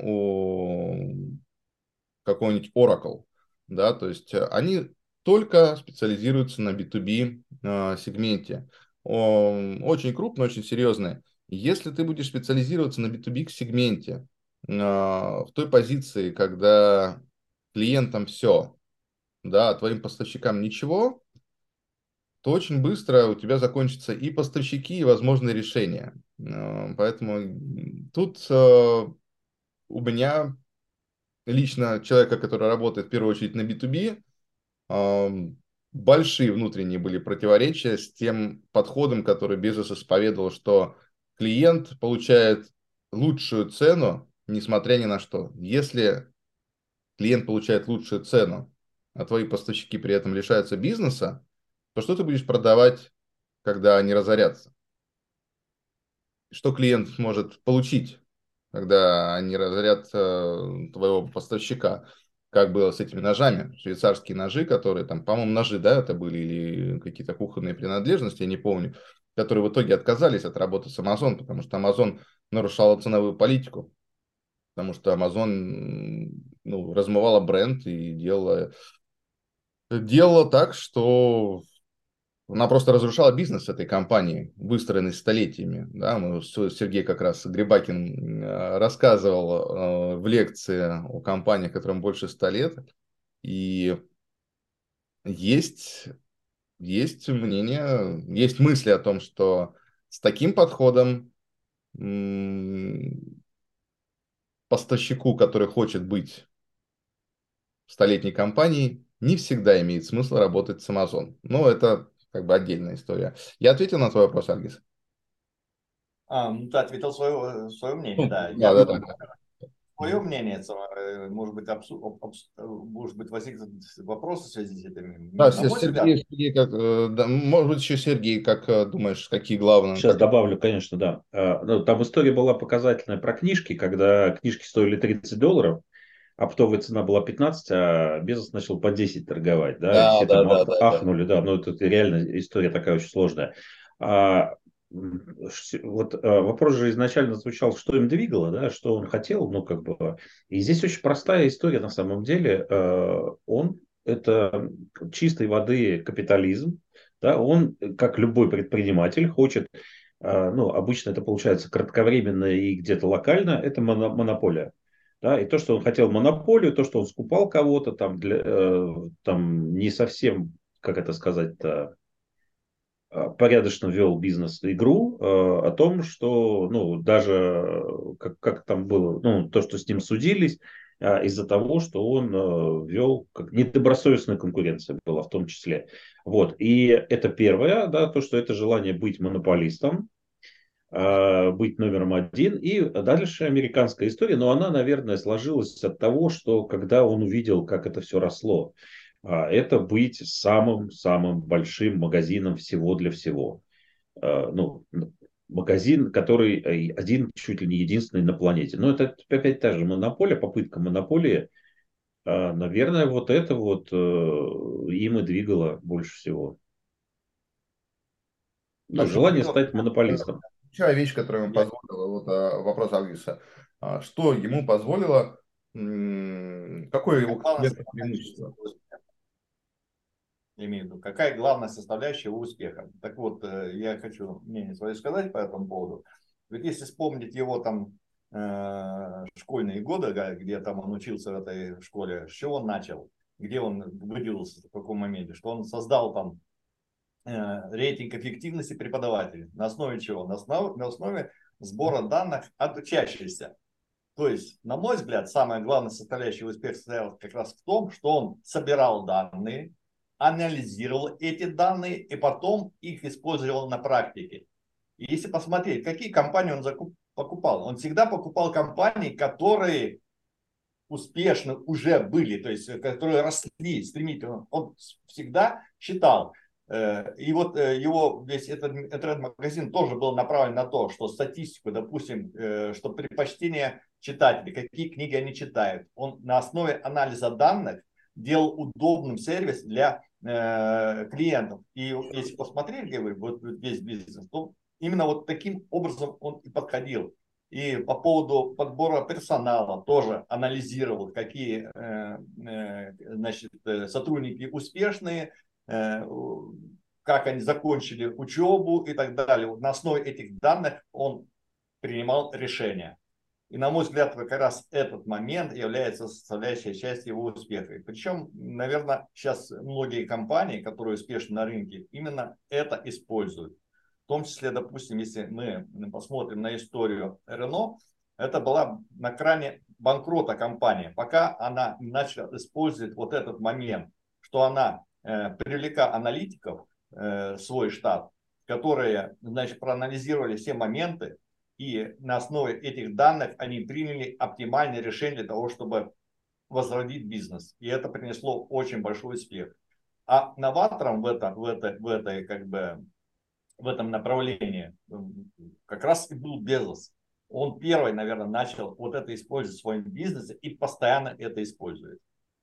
у какой-нибудь Oracle, да, то есть э, они только специализируются на би ту би э, сегменте. Он очень крупный, очень серьезный. Если ты будешь специализироваться на би ту би сегменте, э, в той позиции, когда клиентам все, да, а твоим поставщикам ничего, то очень быстро у тебя закончатся и поставщики, и возможные решения. Э, Поэтому тут э, у меня лично человека, который работает в первую очередь на би ту би, ам, большие внутренние были противоречия с тем подходом, который Безос исповедовал, что клиент получает лучшую цену, несмотря ни на что. Если клиент получает лучшую цену, а твои поставщики при этом лишаются бизнеса, то что ты будешь продавать, когда они разорятся? Что клиент сможет получить, когда они разорят э, твоего поставщика, как было с этими ножами, швейцарские ножи, которые там, по-моему, ножи, да, это были, или какие-то кухонные принадлежности, я не помню, которые в итоге отказались от работы с Amazon, потому что Amazon нарушала ценовую политику, потому что Amazon, ну, размывала бренд и делала, делала так, что она просто разрушала бизнес этой компании, выстроенный столетиями. Да? Мы, Сергей как раз Грибакин рассказывал в лекции о компаниях, которым больше ста лет. И есть, есть мнение, есть мысли о том, что с таким подходом поставщику, который хочет быть столетней компанией, не всегда имеет смысл работать с Amazon. Но это как бы отдельная история. Я ответил на твой вопрос, Альгис? А, ну, ты ответил свое, свое мнение, Ну, да. да, Я да, да. свое мнение, э, может быть, абсу- абс- может быть, возникнут вопросы в связи с этим. Да, На мой взгляд, Сергей, Сергей, как, э, да, может быть, еще Сергей, как э, думаешь, какие главные? Сейчас Как... добавлю, конечно, да. А, ну, там история была показательная про книжки, когда книжки стоили тридцать долларов, оптовая цена была пятнадцать, а Безос начал по десять торговать, да, и Да, все да, там да, ах- да, да. ахнули, да, ну это реально история такая очень сложная. А, м, ш- вот а, вопрос же изначально звучал, что им двигало, да, что он хотел, ну как бы, и здесь очень простая история на самом деле. А, Он это чистой воды капитализм, да, он, как любой предприниматель, хочет, а, ну, обычно это получается кратковременно и где-то локально, это моно- монополия. Да, и то, что он хотел монополию, то, что он скупал кого-то, там, для, э, там не совсем, как это сказать-то, э, порядочно вел бизнес-игру э, о том, что, ну, даже, э, как, как там было, ну, то, что с ним судились, э, из-за того, что он э, вел, как недобросовестная конкуренция была в том числе. Вот. И это первое, да, то, что это желание быть монополистом, э, быть номером один. И дальше американская история, но она, наверное, сложилась от того, что когда он увидел, как это все росло, а, это быть самым-самым большим магазином всего для всего. А, Ну, магазин, который э, один, чуть ли не единственный на планете. Но это опять та же монополия, попытка монополии. А, Наверное, вот это вот э, им и двигало больше всего. Ну, спасибо, желание Егор. стать монополистом. Ключевая вещь, которая ему Я позволила, вот а, вопрос Альгиса, А, что ему позволило, м, какое его главная конкретное составляющая преимущество? имею в виду, какая главная составляющая его успеха. Так вот, э, я хочу мнение свое сказать по этому поводу. Ведь если вспомнить его там э, школьные годы, да, где там он учился в этой школе, с чего он начал, где он выделился, в каком моменте, что он создал там э, рейтинг эффективности преподавателей. На основе чего? На основе, на основе сбора данных от учащихся. То есть, на мой взгляд, самая главная составляющая успеха состояла как раз в том, что он собирал данные, анализировал эти данные и потом их использовал на практике. И если посмотреть, какие компании он закуп, покупал, он всегда покупал компании, которые успешны уже были, то есть которые росли стремительно. Он всегда считал, э, и вот э, его весь этот интернет-магазин тоже был направлен на то, что статистику, допустим, э, что предпочтение читателей, какие книги они читают. Он на основе анализа данных делал удобным сервис для э, клиентов. И если посмотреть, говорю, вот весь бизнес, то именно вот таким образом он и подходил. И по поводу подбора персонала тоже анализировал, какие э, э, значит, сотрудники успешные, э, как они закончили учебу и так далее. Вот на основе этих данных он принимал решения. И, на мой взгляд, как раз этот момент является составляющей частью его успеха. И причем, наверное, сейчас многие компании, которые успешны на рынке, именно это используют. В том числе, допустим, если мы посмотрим на историю Renault, это была на крайне банкрота компания, пока она начала использовать вот этот момент, что она э, привлекла аналитиков э, в свой штат, которые, значит, проанализировали все моменты, и на основе этих данных они приняли оптимальное решение для того, чтобы возродить бизнес. И это принесло очень большой успех. А новатором в, это, в, это, в этой как бы в этом направлении как раз и был Безос. Он первый, наверное, начал вот это использовать в своем бизнесе и постоянно это использует.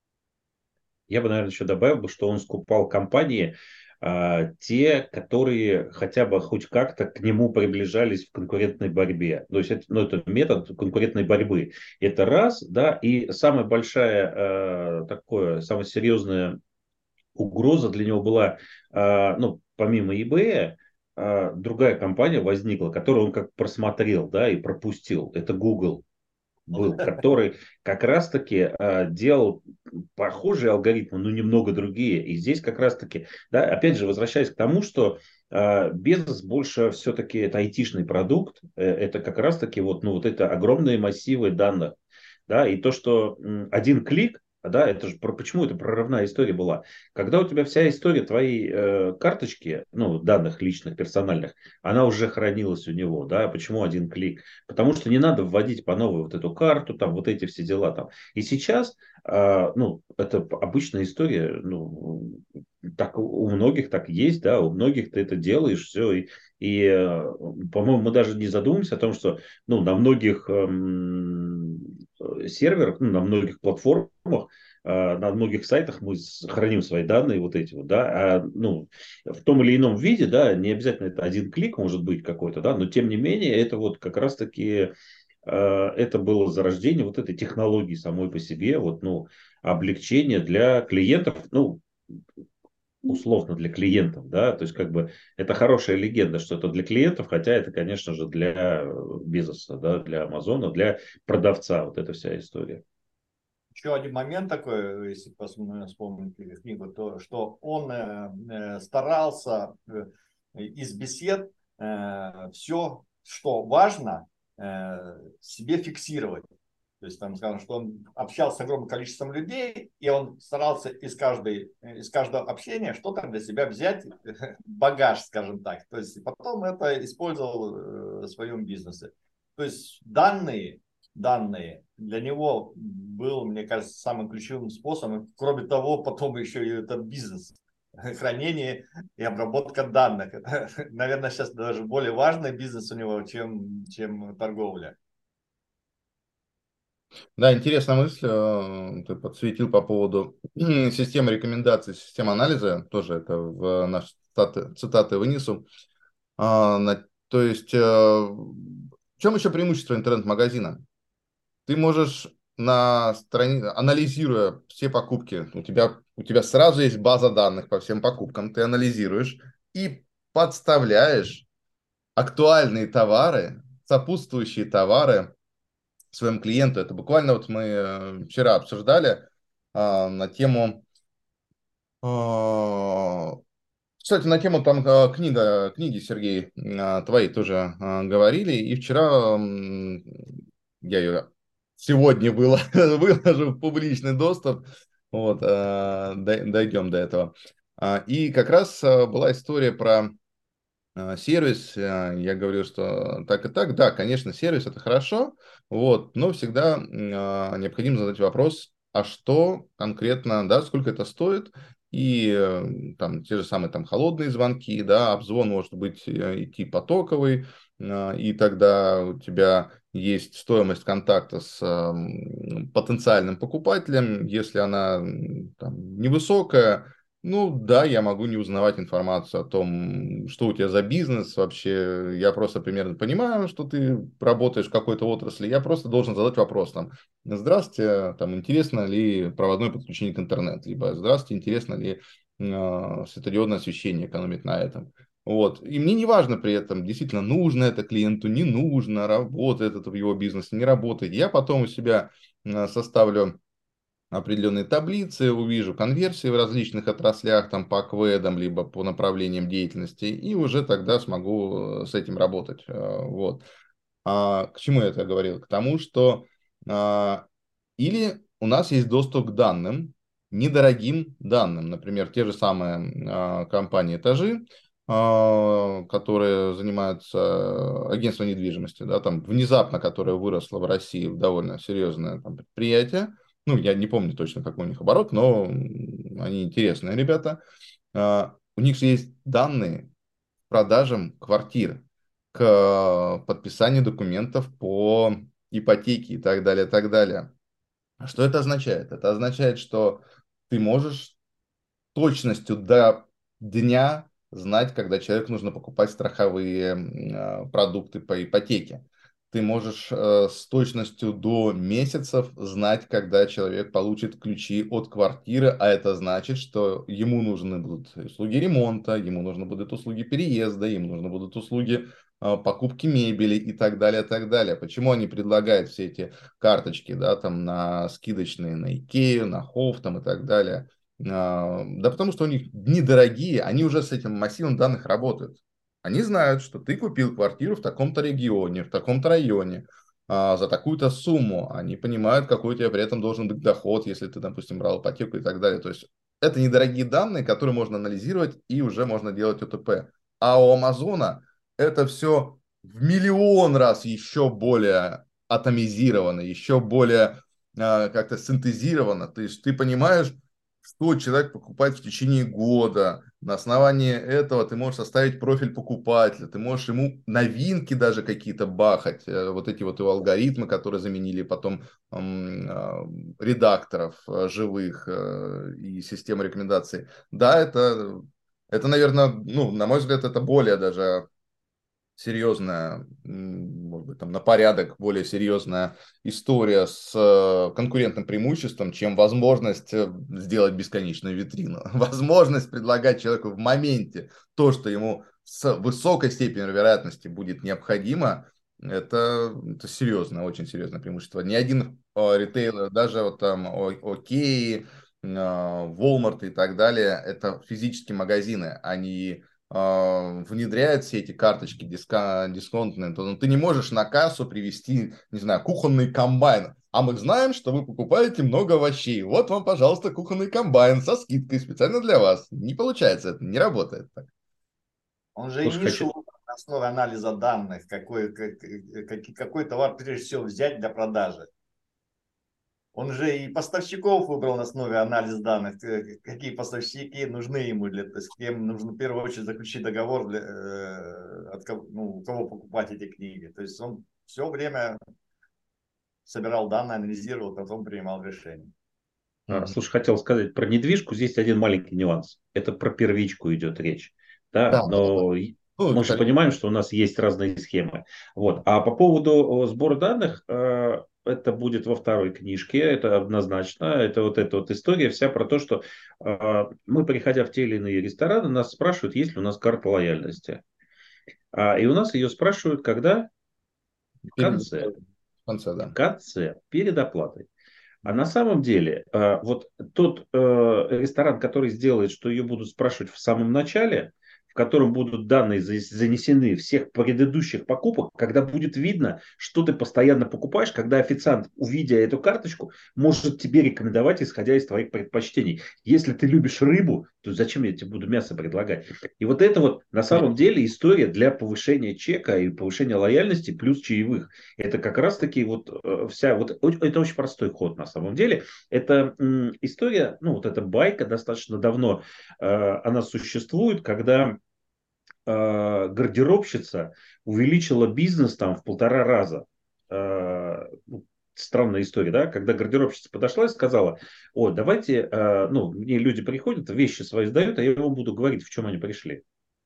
Я бы, наверное, еще добавил бы, что он скупал компании, а, те, которые хотя бы хоть как-то к нему приближались в конкурентной борьбе. То есть это, ну, это метод конкурентной борьбы. Это раз, да, и самая большая, а, такое, самая серьезная угроза для него была, а, ну, помимо eBay, а, другая компания возникла, которую он как просмотрел, да, и пропустил. Это Google был, который как раз-таки а, делал похожие алгоритмы, но немного другие. И здесь как раз-таки, да, опять же, возвращаясь к тому, что а, бизнес больше все-таки это айтишный продукт, э, это как раз-таки вот, ну, вот это огромные массивы данных, да, и то, что м, один клик, да, это же про, почему это прорывная история была. Когда у тебя вся история твоей э, карточки, ну, данных личных, персональных, она уже хранилась у него, да, почему один клик? Потому что не надо вводить по новой вот эту карту, там, вот эти все дела там. И сейчас, э, ну, это обычная история, ну, так у многих так есть, да, у многих ты это делаешь, все, и, и э, по-моему, мы даже не задумываемся о том, что, ну, на многих эм, серверах, ну, на многих платформах, э, на многих сайтах мы храним свои данные вот эти вот, да, а, ну, в том или ином виде, да, не обязательно это один клик может быть какой-то, да, но тем не менее это вот как раз-таки э, это было зарождение вот этой технологии самой по себе, вот, ну, облегчение для клиентов, ну, условно для клиентов, да, то есть как бы это хорошая легенда, что это для клиентов, хотя это, конечно же, для э, бизнеса, да, для Амазона, для продавца, вот эта вся история. Еще один момент такой, если посмотрим, вспомнить книгу, то что он э, э, старался э, из бесед э, все, что важно, э, себе фиксировать. То есть там скажем, что он общался с огромным количеством людей, и он старался из, каждой, из каждого общения что-то для себя взять, багаж, скажем так. То есть и потом это использовал э, в своем бизнесе. То есть данные, данные для него был, мне кажется, самым ключевым способом. Кроме того, потом еще и это бизнес. Хранение и обработка данных. Это, наверное, сейчас даже более важный бизнес у него, чем, чем торговля. Да, интересная мысль. э, Ты подсветил по поводу системы рекомендаций, системы анализа. Тоже это в наши цитаты, цитаты вынесу. А, на- то есть, э, в чем еще преимущество интернет-магазина? Ты можешь на странице, анализируя все покупки, у тебя, у тебя сразу есть база данных по всем покупкам, ты анализируешь и подставляешь актуальные товары, сопутствующие товары своему клиенту. Это буквально вот мы э, вчера обсуждали а, на тему, а, кстати, на тему там а, книга, книги, Сергей, а, твои тоже а, говорили, и вчера м, я ее сегодня было, выложу в публичный доступ, вот, а, дой- дойдем до этого. А, И как раз а, была история про а, сервис, а, я говорю, что так и так, да, конечно, сервис это хорошо, вот, но всегда м, а, необходимо задать вопрос, а что конкретно, да, сколько это стоит, и э, там те же самые там холодные звонки, да, обзвон может быть э, идти потоковый, а, и тогда у тебя есть стоимость контакта с ам, потенциальным покупателем, если она м, там невысокая, ну да, я могу не узнавать информацию о том, что у тебя за бизнес вообще. Я просто примерно понимаю, что ты работаешь в какой-то отрасли. Я просто должен задать вопрос там. Здравствуйте, там интересно ли проводное подключение к интернету? Либо здравствуйте, интересно ли э, светодиодное освещение экономить на этом? Вот. И мне не важно при этом, действительно, нужно это клиенту, не нужно, работает это в его бизнесе, не работает. Я потом у себя э, составлю определенные таблицы, увижу конверсии в различных отраслях, там по кведам, либо по направлениям деятельности, и уже тогда смогу э, с этим работать. Э, Вот. А к чему я это говорил? К тому, что а, или у нас есть доступ к данным, недорогим данным, например, те же самые а, компании «Этажи», а, которые занимаются агентством недвижимости, да, там внезапно, которое выросло в России в довольно серьезное там, предприятие. Ну, я не помню точно, какой у них оборот, но м, они интересные ребята. А, У них же есть данные продажам квартир, к э, подписанию документов по ипотеке и так далее, так далее. А что это означает? Это означает, что ты можешь точностью до дня знать, когда человеку нужно покупать страховые м, э, продукты по ипотеке. ты можешь э, с точностью до месяцев знать, когда человек получит ключи от квартиры, а это значит, что ему нужны будут услуги ремонта, ему нужны будут услуги переезда, ему нужны будут услуги э, покупки мебели и так далее, так далее. Почему они предлагают все эти карточки, да, там на скидочные, на Икею, на Хофф там и так далее? А, Да потому что у них недорогие, они уже с этим массивом данных работают. Они знают, что ты купил квартиру в таком-то регионе, в таком-то районе, а, за такую-то сумму. Они понимают, какой у тебя при этом должен быть доход, если ты, допустим, брал ипотеку и так далее. То есть это недорогие данные, которые можно анализировать и уже можно делать ОТП. А у Амазона это все в миллион раз еще более атомизировано, еще более а, как-то синтезировано. То есть ты понимаешь, что человек покупает в течение года. На основании этого ты можешь составить профиль покупателя, ты можешь ему новинки даже какие-то бахать, э, вот эти вот его алгоритмы, которые заменили потом м, а, редакторов э, живых э, и системы рекомендаций. Да, это, это, наверное, ну, на мой взгляд, это более даже серьезная, может быть, там на порядок более серьезная история с э, конкурентным преимуществом, чем возможность э, сделать бесконечную витрину. Возможность предлагать человеку в моменте то, что ему с высокой степенью вероятности будет необходимо, это, это серьезное, очень серьезное преимущество. Ни один э, ритейлер, даже вот там О- Окей, э, Walmart и так далее, это физические магазины, они э, внедряет все эти карточки диска, дисконтные, то ну, ты не можешь на кассу привезти, не знаю, кухонный комбайн. А мы знаем, что вы покупаете много овощей. Вот вам, пожалуйста, кухонный комбайн со скидкой специально для вас. Не получается это, не работает так. Он же и Слушай, нишу хотя... на основе анализа данных, какой, как, как- какой товар прежде всего взять для продажи. Он же и поставщиков выбрал на основе анализа данных, э, какие поставщики нужны ему, для, то есть с кем нужно в первую очередь заключить договор, для, э, от кого, ну, у кого покупать эти книги. То есть он все время собирал данные, анализировал, потом принимал решение. А, Мгм. Слушай, хотел сказать про недвижку. Здесь один маленький нюанс. Это про первичку идет речь. Да, Да, да, да. но и- Ну, мы же вторично. понимаем, что у нас есть разные схемы. Вот. А по поводу о, сбора данных, э, это будет во второй книжке, это однозначно. Это вот эта вот история вся про то, что э, мы, приходя в те или иные рестораны, нас спрашивают, есть ли у нас карта лояльности. А, и у нас ее спрашивают, когда? В Перед- конце. В конце, В да. конце, перед оплатой. А на самом деле, э, вот тот э, ресторан, который сделает, что ее будут спрашивать в самом начале, в котором будут данные за- занесены всех предыдущих покупок, когда будет видно, что ты постоянно покупаешь, когда официант, увидя эту карточку, может тебе рекомендовать, исходя из твоих предпочтений. Если ты любишь рыбу, то зачем я тебе буду мясо предлагать? И вот это вот на самом деле история для повышения чека и повышения лояльности плюс чаевых. Это как раз-таки вот э, вся, вот о- это очень простой ход на самом деле. Это м, история, ну вот эта байка достаточно давно, э, она существует, когда э, гардеробщица увеличила бизнес там в полтора раза. Э, ну, Странная история, да, когда гардеробщица подошла и сказала, о, давайте, э, ну, мне люди приходят, вещи свои сдают, а я вам буду говорить, в чем они пришли.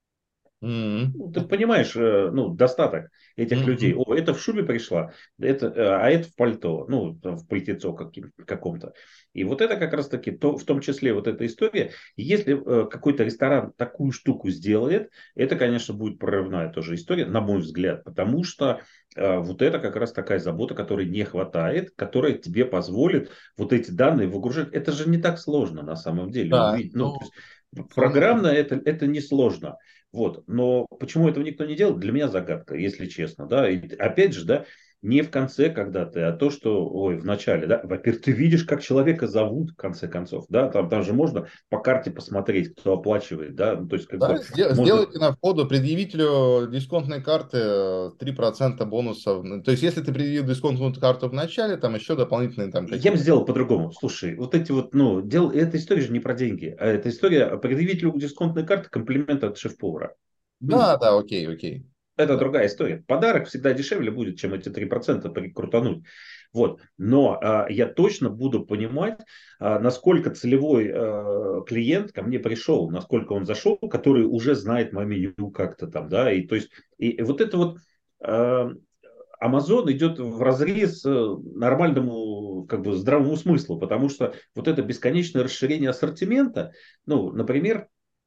Мгм. Ну, ты понимаешь, э, ну, достаток этих людей. Мгм. О, это в шубе пришла, это, э, а это в пальто, ну, там, в пальтецо каким, каком-то. И вот это как раз-таки, то, в том числе вот эта история. Если э, какой-то ресторан такую штуку сделает, это, конечно, будет прорывная тоже история, на мой взгляд, потому что э, вот это как раз такая забота, которой не хватает, которая тебе позволит вот эти данные выгружать. Это же не так сложно на самом деле Да, увидеть. Ну, то ну, есть словно... программно это, это не сложно. Вот. Но почему этого никто не делает, для меня загадка, если честно. Да? И опять же, да, не в конце, когда ты, а то, что, ой, в начале, да, во-первых, ты видишь, как человека зовут, в конце концов, да, там даже можно по карте посмотреть, кто оплачивает, да, ну, то есть, как Да, бы, сдел- можно. сделайте на входу предъявителю дисконтной карты э, три процента бонусов. Ну, то есть, если ты предъявил дисконтную карту в начале, там еще дополнительные там Я бы какие-то. сделал по-другому. Слушай, вот эти вот, ну, дел, эта история же не про деньги, а это история о предъявителю дисконтной карты комплимент от шеф-повара. Ну, Да, да, окей, окей. это Да. другая история. Подарок всегда дешевле будет, чем эти три процента прикрутануть. Вот. Но а, я точно буду понимать, а, насколько целевой а, клиент ко мне пришел, насколько он зашел, который уже знает мое меню как-то там, да, и то есть, и, и вот это вот а, Amazon идет в разрез нормальному, как бы, здравому смыслу, потому что вот это бесконечное расширение ассортимента, ну, например,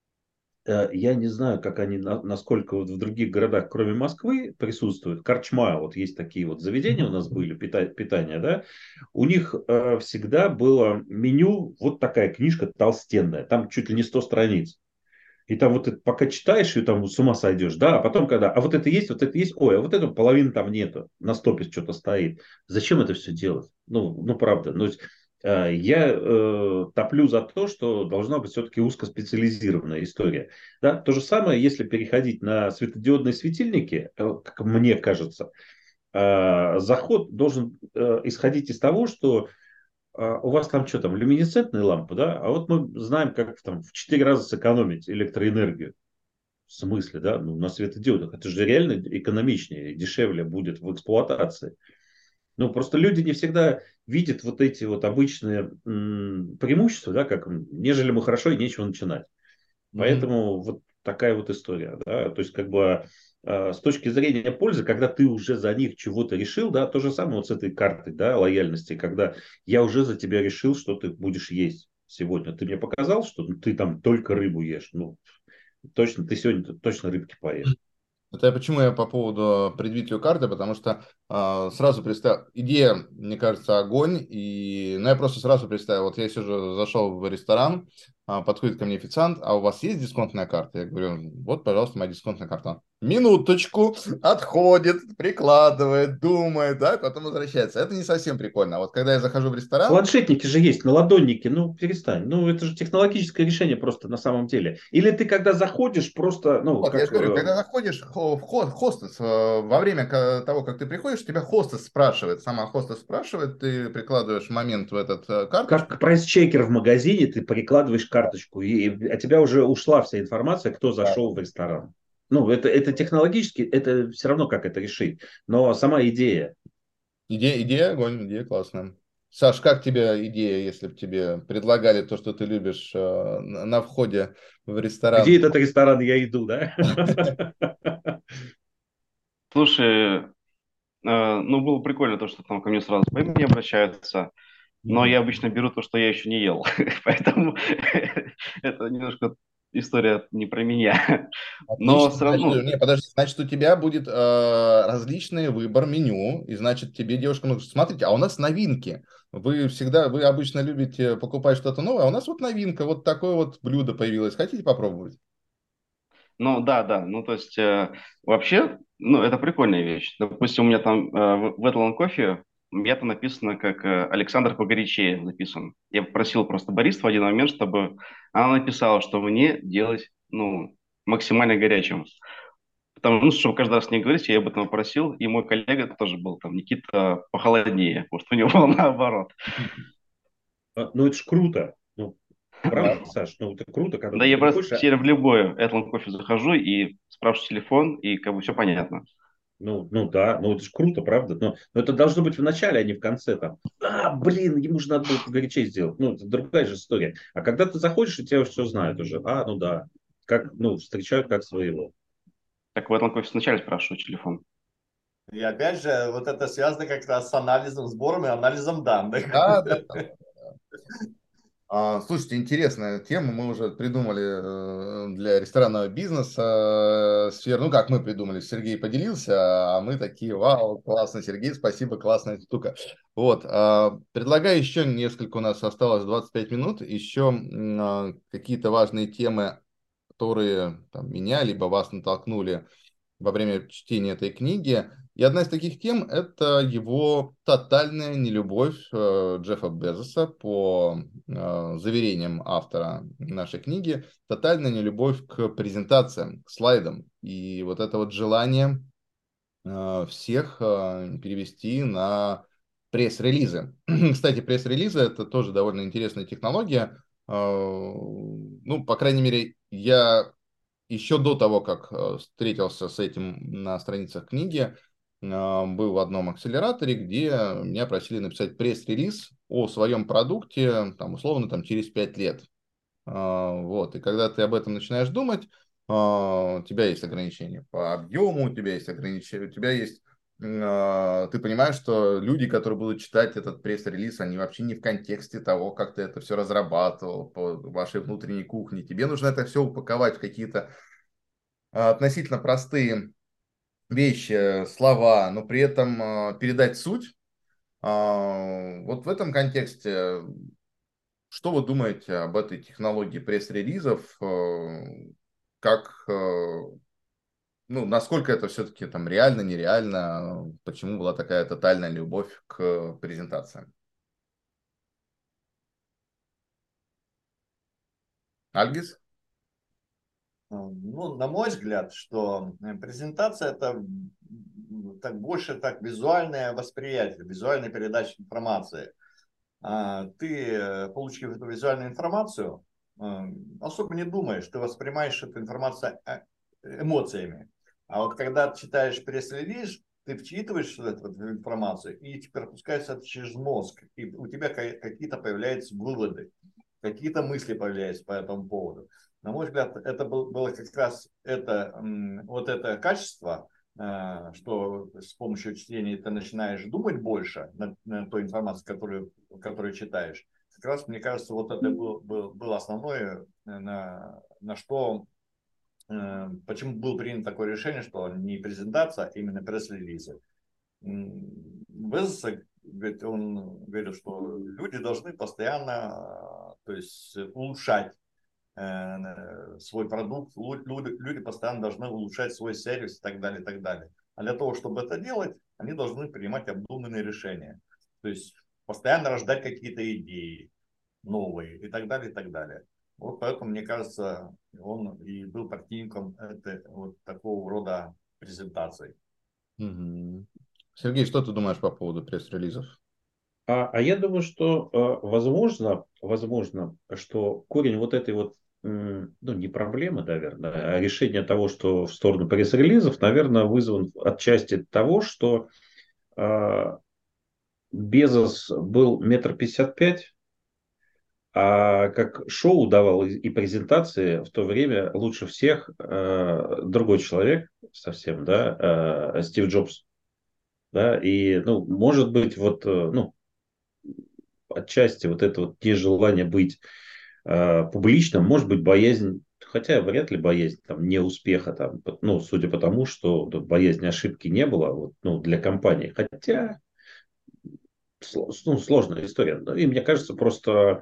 я не знаю, как они, насколько вот в других городах, кроме Москвы, присутствуют. Корчма, вот есть такие вот заведения у нас были, пита- питания, да. У них э, всегда было меню, вот такая книжка толстенная, там чуть ли не сто страниц. И там вот это, пока читаешь, и там с ума сойдешь, да, а потом когда, а вот это есть, вот это есть, ой, а вот этого половины там нету, на стопе что-то стоит. Зачем это все делать? Ну, ну правда, ну, э, я э, топлю за то, что должна быть все-таки узкоспециализированная история. Да? То же самое, если переходить на светодиодные светильники, э, как мне кажется, э, заход должен э, исходить из того, что а у вас там что там, люминесцентные лампы, да? А вот мы знаем, как там в четыре раза сэкономить электроэнергию. В смысле, да? Ну, на светодиодах. Это же реально экономичнее, дешевле будет в эксплуатации. Ну, просто люди не всегда видят вот эти вот обычные м, преимущества, да, как м, нежели мы хорошо и нечего начинать. Мгм. Поэтому вот такая вот история, да, то есть как бы э, с точки зрения пользы, когда ты уже за них чего-то решил, да, то же самое вот с этой картой, да, лояльности, когда я уже за тебя решил, что ты будешь есть сегодня. Ты мне показал, что ты там только рыбу ешь, ну, точно, ты сегодня точно рыбки поешь. Это я почему я по поводу предвидетелю карты, потому что а, сразу представил, идея, мне кажется, огонь, и, ну, я просто сразу представил, вот я сижу, зашел в ресторан, а, подходит ко мне официант, а у вас есть дисконтная карта? Я говорю, вот, пожалуйста, моя дисконтная карта. Минуточку, отходит, прикладывает, думает, да, и потом возвращается. Это не совсем прикольно. А вот когда я захожу в ресторан, Планшетники же есть, на ладоннике, ну перестань. Ну это же технологическое решение просто на самом деле. Или ты когда заходишь, просто, ну вот, я как, же говорю, э, когда заходишь хо- в хо- хостес, э, во время ка- того, как ты приходишь, тебя хостес спрашивает, сама хостес спрашивает, ты прикладываешь в момент в этот э, карточку. как прайс-чекер в магазине, ты прикладываешь карточку, и от тебя уже ушла вся информация, кто Да. зашел в ресторан. Ну, это, это технологически, это все равно как это решить. Но сама идея. Идея, идея, огонь, идея классная. Саш, как тебе идея, если бы тебе предлагали то, что ты любишь э, на на входе в Где ресторан? этот ресторан я иду, да? Слушай, э, ну, было прикольно то, что там ко мне сразу по имени обращаются, но Мгм. я обычно беру то, что я еще не ел. Поэтому это немножко история не про меня. Но Отлично. все равно, Значит, ну, не, подожди, значит, у тебя будет э, различный выбор меню, и значит, тебе девушка, ну, смотрите, а у нас новинки. Вы всегда, вы обычно любите покупать что-то новое, а у нас вот новинка, вот такое вот блюдо появилось. Хотите попробовать? ну да, да, ну то есть э, вообще, ну это прикольная вещь. Допустим, у меня там э, в в Этлан кофе, у меня там написано как э, Александр Погорячее написан. Я попросил просто бариста в один момент, чтобы она написала, что мне делать, ну, максимально горячим. Потому ну, чтобы каждый раз не говорить, я об этом попросил, и мой коллега тоже был там, Никита, похолоднее, потому что у него было наоборот. А, ну, это ж круто. Ну, Да. правда, Саш? Ну, это круто, когда Да ты я просто приходишь, а, теперь в любой Этлан кофе захожу и спрашиваю телефон, и как бы все понятно. ну, ну да, ну это же круто, правда? Но, но это должно быть в начале, а не в конце там. А, блин, ему же надо было погорячее сделать. Ну, это другая же история. А когда ты заходишь, и тебя все знают уже. А, ну да. Как, ну, встречают как своего. Так в Этлан кофе сначала спрашиваю телефон. И опять же, вот это связано как раз с анализом, сбором и анализом данных. Да, да, да. А, слушайте, интересная тема. Мы уже придумали э, для ресторанного бизнеса э, сферу. Ну, как мы придумали, Сергей поделился, а мы такие, вау, классно, Сергей, спасибо, классная штука. Вот, а, предлагаю еще несколько, у нас осталось двадцать пять минут, еще м, а, какие-то важные темы, которые там, меня либо вас натолкнули во время чтения этой книги. И одна из таких тем – это его тотальная нелюбовь э, Джеффа Безоса, по э, заверениям автора нашей книги, тотальная нелюбовь к презентациям, к слайдам. И вот это вот желание э, всех э, перевести на пресс-релизы. Кстати, пресс-релизы – это тоже довольно интересная технология. Э, ну, по крайней мере, я еще до того, как э, встретился с этим на страницах книги, э, был в одном акселераторе, где меня просили написать пресс-релиз о своем продукте, там, условно, там, через пять лет. А, Вот. И когда ты об этом начинаешь думать, а, у тебя есть ограничения по объему, у тебя есть ограничения, у тебя есть э, ты понимаешь, что люди, которые будут читать этот пресс-релиз, они вообще не в контексте того, как ты это все разрабатывал по вашей внутренней кухне. Тебе нужно это все упаковать в какие-то э, относительно простые вещи, слова, но при этом э, передать суть. А, вот в этом контексте, что вы думаете об этой технологии пресс-релизов? Э, Как, э, ну, насколько это все-таки там реально, нереально? Почему была такая тотальная любовь к презентациям? Альгис? Ну, на мой взгляд, что э, презентация это м, так больше так визуальное восприятие, визуальная передача информации. А, Ты, э, получив эту визуальную информацию, э, особо не думаешь, ты воспринимаешь эту информацию э, эмоциями. А вот когда читаешь пресс-релиз, ты вчитываешь в эту информацию и тебе пропускается это через мозг, и у тебя какие-то появляются выводы, какие-то мысли появляются по этому поводу. На мой взгляд, это было как раз это, вот это качество, э, что с помощью чтения ты начинаешь думать больше на, на той информации, которую, которую читаешь. Как раз, мне кажется, вот это был, был, было основное, на, на что, э, почему было принято такое решение, что не презентация, а именно пресс-релизы. Безос, говорит, он говорил, что люди должны постоянно, то есть, улучшать э, свой продукт, люди, люди постоянно должны улучшать свой сервис и так далее, и так далее. А для того, чтобы это делать, они должны принимать обдуманные решения. То есть постоянно рождать какие-то идеи новые и так далее, и так далее. Вот поэтому, мне кажется, он и был противником это, вот такого рода презентаций. Мгм. Сергей, что ты думаешь по поводу пресс-релизов? А, а я думаю, что э, возможно, возможно, что корень вот этой вот, м, ну, не проблемы, наверное, а решение того, что в сторону пресс-релизов, наверное, вызван отчасти того, что э, Безос был метр пятьдесят пять, а как шоу давал и и презентации в то время лучше всех э, другой человек совсем, да, э, Стив Джобс. Да, и, ну, может быть, вот, э, ну, отчасти вот это вот нежелание быть э, публичным, может быть, боязнь, хотя вряд ли боязнь там, неуспеха, там, ну, судя по тому, что тут боязни ошибки не было вот, ну, для компании. Хотя, сло- ну, сложная история. Ну, и мне кажется, просто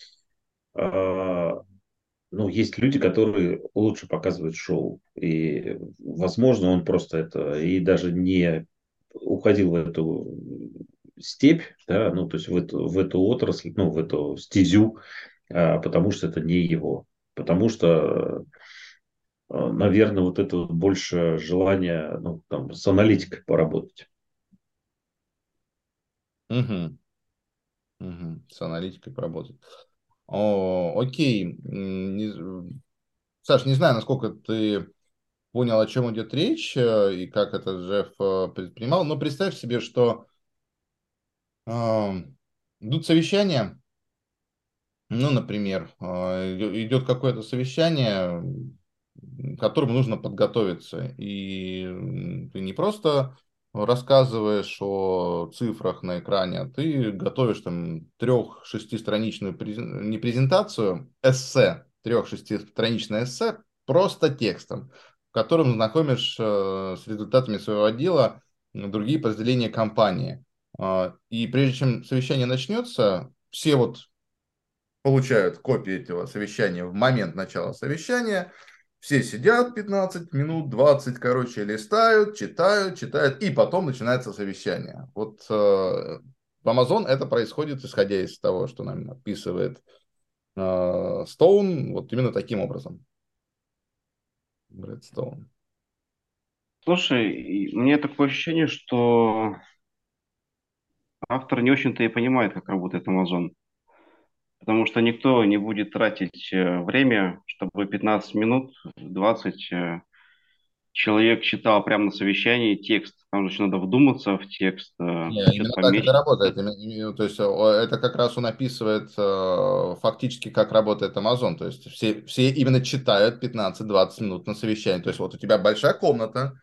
э, ну, есть люди, которые лучше показывают шоу. И, возможно, он просто это и даже не уходил в эту степь, да, ну, то есть в эту, в эту отрасль, ну, в эту стезю, а, потому что это не его. Потому что, а, наверное, вот это вот больше желание, ну, там, с аналитикой поработать. Мгм. Мгм. С аналитикой поработать. О, окей. М, не- Саш, не знаю, насколько ты понял, о чем идет речь э, и как это Джефф э, предпринимал, но представь себе, что э, идут совещания, ну, например, э, идет какое-то совещание, м, к которому нужно подготовиться, и м, ты не просто рассказываешь о цифрах на экране, а ты готовишь там трех-шестистраничную презен- не презентацию, эссе, трех-шестистраничное эссе просто текстом, в котором знакомишь э, с результатами своего дела другие подразделения компании. А, И прежде чем совещание начнется, все вот получают копии этого совещания в момент начала совещания. Все сидят пятнадцать минут, двадцать, короче, листают, читают, читают, и потом начинается совещание. Вот э, в Amazon это происходит, исходя из того, что нам описывает э, Stone, вот именно таким образом. Брэд Стоун. Слушай, и у меня такое ощущение, что автор не очень-то и понимает, как работает Amazon. Потому что никто не будет тратить э, время, чтобы пятнадцать минут, двадцать э, человек читал прямо на совещании текст. Там же еще надо вдуматься в текст, э, Не, что-то именно так это пометить. работает. Именно- именно, то есть о, это как раз он описывает э, фактически, как работает Amazon. То есть все, все именно читают пятнадцать-двадцать минут на совещании. То есть вот у тебя большая комната,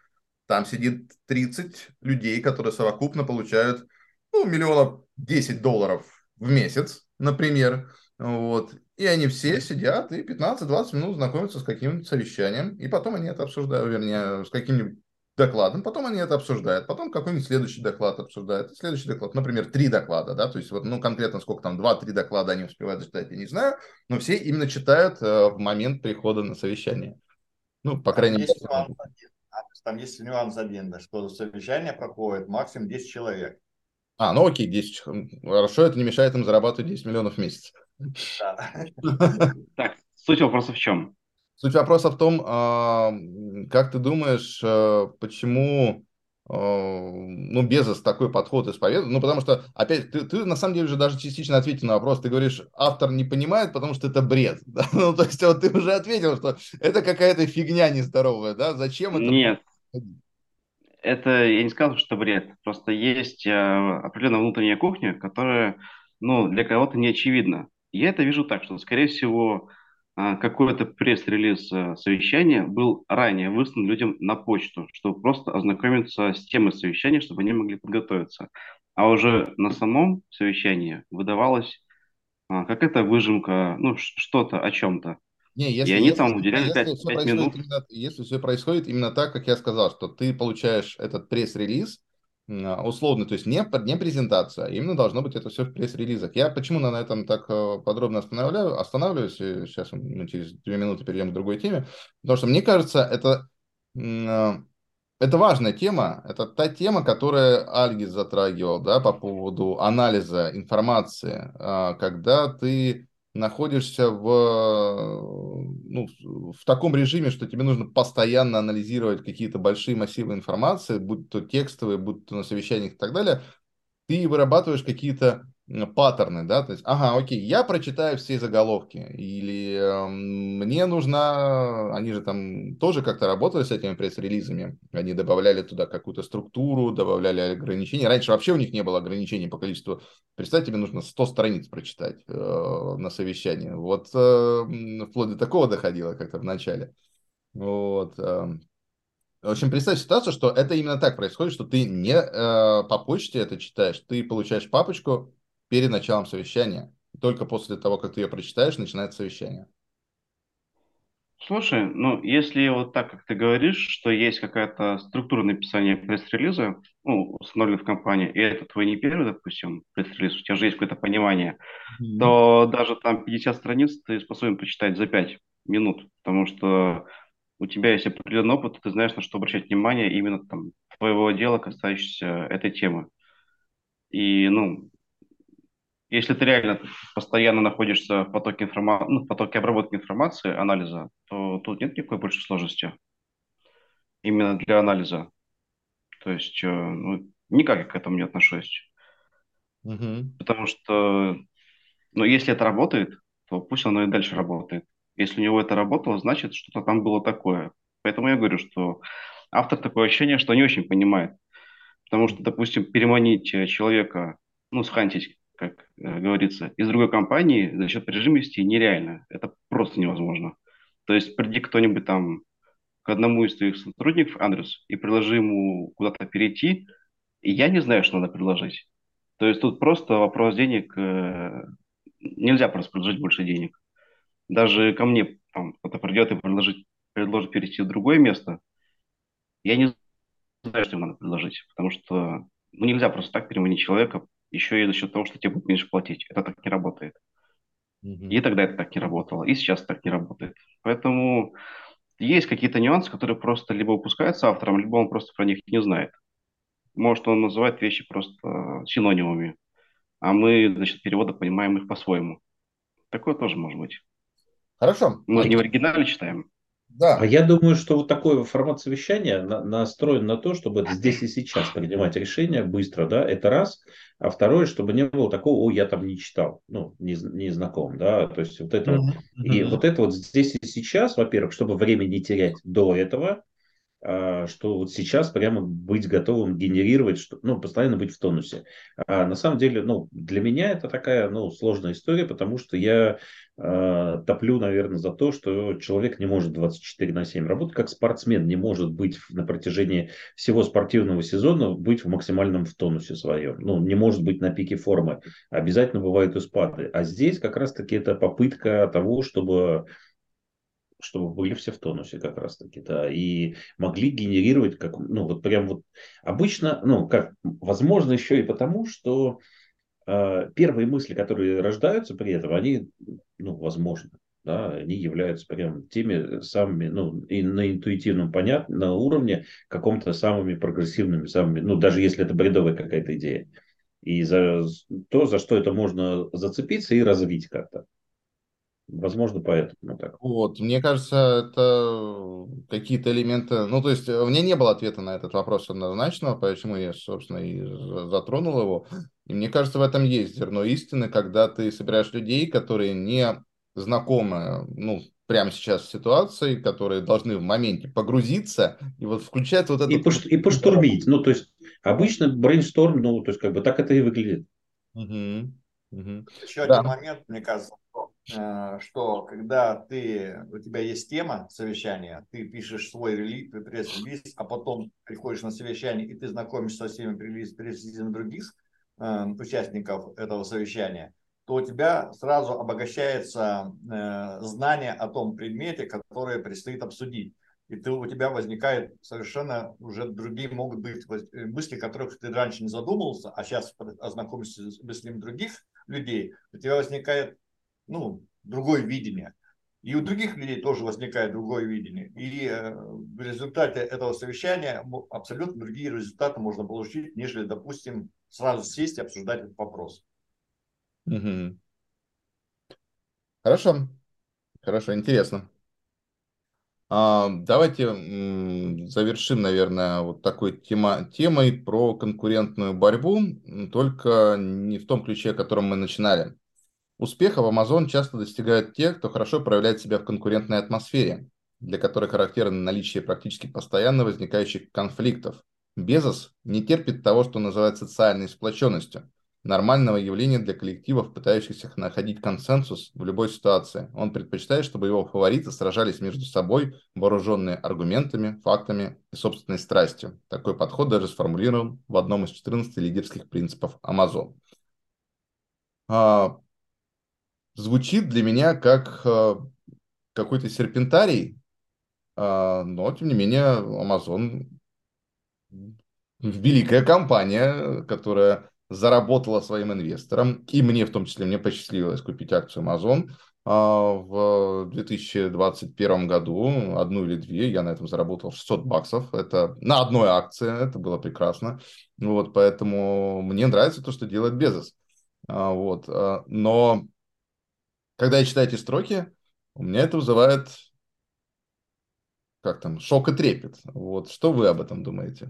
там сидит тридцать людей, которые совокупно получают, ну, миллионов десять долларов в месяц, например. Вот. И они все сидят и пятнадцать-двадцать минут знакомятся с каким-нибудь совещанием, и потом они это обсуждают, вернее, с каким-нибудь докладом, потом они это обсуждают, потом какой-нибудь следующий доклад обсуждают, следующий доклад, например, три доклада, да, то есть вот, ну, конкретно сколько там, два-три доклада они успевают зачитать, я не знаю, но все именно читают э, в момент прихода на совещание. Ну, по Там крайней мере. есть нюанс один. А, Там есть нюанс один, да, что совещание проходит максимум десять человек. А, ну окей, десять. Хорошо, это не мешает им зарабатывать десять миллионов в месяц. Да. Так, суть вопроса в чем? Суть вопроса в том, а, как ты думаешь, а, почему а, ну, Безос такой подход исповедует? Ну, потому что, опять, ты, ты на самом деле уже даже частично ответил на вопрос. Ты говоришь, автор не понимает, потому что это бред. Да? Ну, то есть, вот ты уже ответил, что это какая-то фигня нездоровая, да? Зачем это? Нет, это я не сказал, что бред. Просто есть э, определенная внутренняя кухня, которая, ну, для кого-то не очевидна. Я это вижу так, что, скорее всего, э, какой-то пресс-релиз э, совещания был ранее выслан людям на почту, чтобы просто ознакомиться с темой совещания, чтобы они могли подготовиться. А уже на самом совещании выдавалась э, какая-то выжимка, ну, ш- что-то о чем-то. Не, И если, они если, там уделяли если пять все пять происходит минут. именно, если все происходит именно так, как я сказал, что ты получаешь этот пресс-релиз, м, условно, то есть не, п- не презентация, а именно должно быть это все в пресс-релизах. Я почему на этом так э, подробно останавливаю, останавливаюсь, и сейчас мы через две минуты перейдем к другой теме, потому что мне кажется, это м, э, это важная тема, это та тема, которую Альгис затрагивал, да, по поводу анализа информации, а, когда ты находишься в, ну, в таком режиме, что тебе нужно постоянно анализировать какие-то большие массивы информации, будь то текстовые, будь то на совещаниях и так далее, ты вырабатываешь какие-то м, паттерны, да, то есть, ага, окей, я прочитаю все заголовки, или эм, мне нужна, они же там тоже как-то работали с этими пресс-релизами, они добавляли туда какую-то структуру, добавляли ограничения, раньше вообще у них не было ограничений по количеству, представь, тебе нужно сто страниц прочитать э, на совещании, вот э, м, вплоть до такого доходило как-то в начале, вот, эм. В общем, представь ситуацию, что это именно так происходит, что ты не э, по почте это читаешь, ты получаешь папочку перед началом совещания. Только после того, как ты ее прочитаешь, начинается совещание. Слушай, ну, если вот так, как ты говоришь, что есть какая-то структура написания пресс-релиза, ну, установлена в компании, и это твой не первый, допустим, пресс-релиз, у тебя же есть какое-то понимание, Мгм. то даже там пятьдесят страниц ты способен прочитать за пять минут, потому что у тебя есть определенный опыт, и ты знаешь, на что обращать внимание именно там твоего дела, касающегося этой темы. И, ну, если ты реально постоянно находишься в потоке информации, ну, в потоке обработки информации, анализа, то тут нет никакой большой сложности именно для анализа. То есть, э, ну, никак я к этому не отношусь. Мгм. Потому что, ну, если это работает, то пусть оно и дальше работает. Если у него это работало, значит, что-то там было такое. Поэтому я говорю, что автор такое ощущение, что не очень понимает. Потому что, допустим, переманить э, человека, ну, схантить, как э, говорится, из другой компании за счет прижимисти нереально. Это просто невозможно. То есть приди кто-нибудь там к одному из твоих сотрудников, адрес, и предложи ему куда-то перейти, и я не знаю, что надо предложить. То есть тут просто вопрос денег. э, Нельзя просто предложить больше денег. Даже ко мне там кто-то придет и предложит, предложит перейти в другое место, я не знаю, что ему надо предложить, потому что ну, нельзя просто так переманить человека, еще и за счет того, что тебе будут меньше платить. Это так не работает. И Мгм. тогда это так не работало, и сейчас так не работает. Поэтому есть какие-то нюансы, которые просто либо упускаются автором, либо он просто про них не знает. Может, он называет вещи просто э, синонимами, а мы, значит, перевода понимаем их по-своему. Такое тоже может быть. Хорошо, Мы же не в окей. оригинале читаем. А Да. я думаю, что вот такой формат совещания на- настроен на то, чтобы это здесь и сейчас принимать решения быстро, да, это раз. А второе, чтобы не было такого, о, я там не читал, ну, не, з- не знаком, да, то есть вот это вот. Мгм. И Мгм. вот это вот здесь и сейчас, во-первых, чтобы время не терять до этого, а, что вот сейчас прямо быть готовым генерировать, что, ну, постоянно быть в тонусе. А на самом деле, ну, для меня это такая, ну, сложная история, потому что я э, топлю, наверное, за то, что человек не может двадцать четыре на семь работать, как спортсмен не может быть в- на протяжении всего спортивного сезона, быть в максимальном в тонусе своем. Ну, не может быть на пике формы. Обязательно бывают и спады. А здесь как раз-таки это попытка того, чтобы чтобы были все в тонусе как раз таки, да, и могли генерировать, как, ну, вот прям вот обычно, ну, как, возможно, еще и потому, что э, первые мысли, которые рождаются при этом, они, ну, возможно, да, они являются прям теми самыми, ну, и на интуитивном понятном на уровне каком-то самыми прогрессивными, самыми, ну, даже если это бредовая какая-то идея. И за то, за что это можно зацепиться и развить как-то. Возможно, поэтому так. Вот, мне кажется, это какие-то элементы... Ну, то есть, э, у меня не было ответа на этот вопрос однозначного, почему я, собственно, и за- затронул его. И мне кажется, в этом есть зерно истины, когда ты собираешь людей, которые не знакомы, ну, прямо сейчас с ситуацией, которые должны в моменте погрузиться, и вот включать вот И, этот вот... пош, и поштурмить. Ну, то есть, обычно брейнсторм, ну, то есть, как бы так это и выглядит. Мгм. Мгм. Еще один Да. момент, мне кажется, что, э, что когда ты, у тебя есть тема совещания, ты пишешь свой релиз, пресс-релиз, а потом приходишь на совещание, и ты знакомишься со всеми пресс- пресс-релизами других э, участников этого совещания, то у тебя сразу обогащается э, знание о том предмете, который предстоит обсудить. И ты, у тебя возникают совершенно уже другие могут быть воз- э, мысли, о которых ты раньше не задумывался, а сейчас ознакомишься с мыслями других людей, у тебя возникает, ну, другое видение. И у других людей тоже возникает другое видение. И э, в результате этого совещания мо- абсолютно другие результаты можно получить, нежели, допустим, сразу сесть и обсуждать этот вопрос. Мгм. Хорошо, хорошо, интересно. А, давайте м, завершим, наверное, вот такой тема, темой про конкурентную борьбу, м, только не в том ключе, о котором мы начинали. Успеха в Amazon часто достигают те, кто хорошо проявляет себя в конкурентной атмосфере, для которой характерно наличие практически постоянно возникающих конфликтов. Безос не терпит того, что называют социальной сплоченностью, нормального явления для коллективов, пытающихся находить консенсус в любой ситуации. Он предпочитает, чтобы его фавориты сражались между собой, вооруженные аргументами, фактами и собственной страстью. Такой подход даже сформулирован в одном из четырнадцати лидерских принципов Amazon. А, Звучит для меня как э, какой-то серпентарий, а, но тем не менее Amazon великая компания, которая заработала своим инвесторам, и мне в том числе, мне посчастливилось купить акцию Amazon а, в две тысячи двадцать первом году, одну или две, я на этом заработал шестьсот баксов, это на одной акции, это было прекрасно, вот, поэтому мне нравится то, что делает Безос, А, вот, а, но когда я читаю эти строки, у меня это вызывает, как там, шок и трепет. Вот, что вы об этом думаете,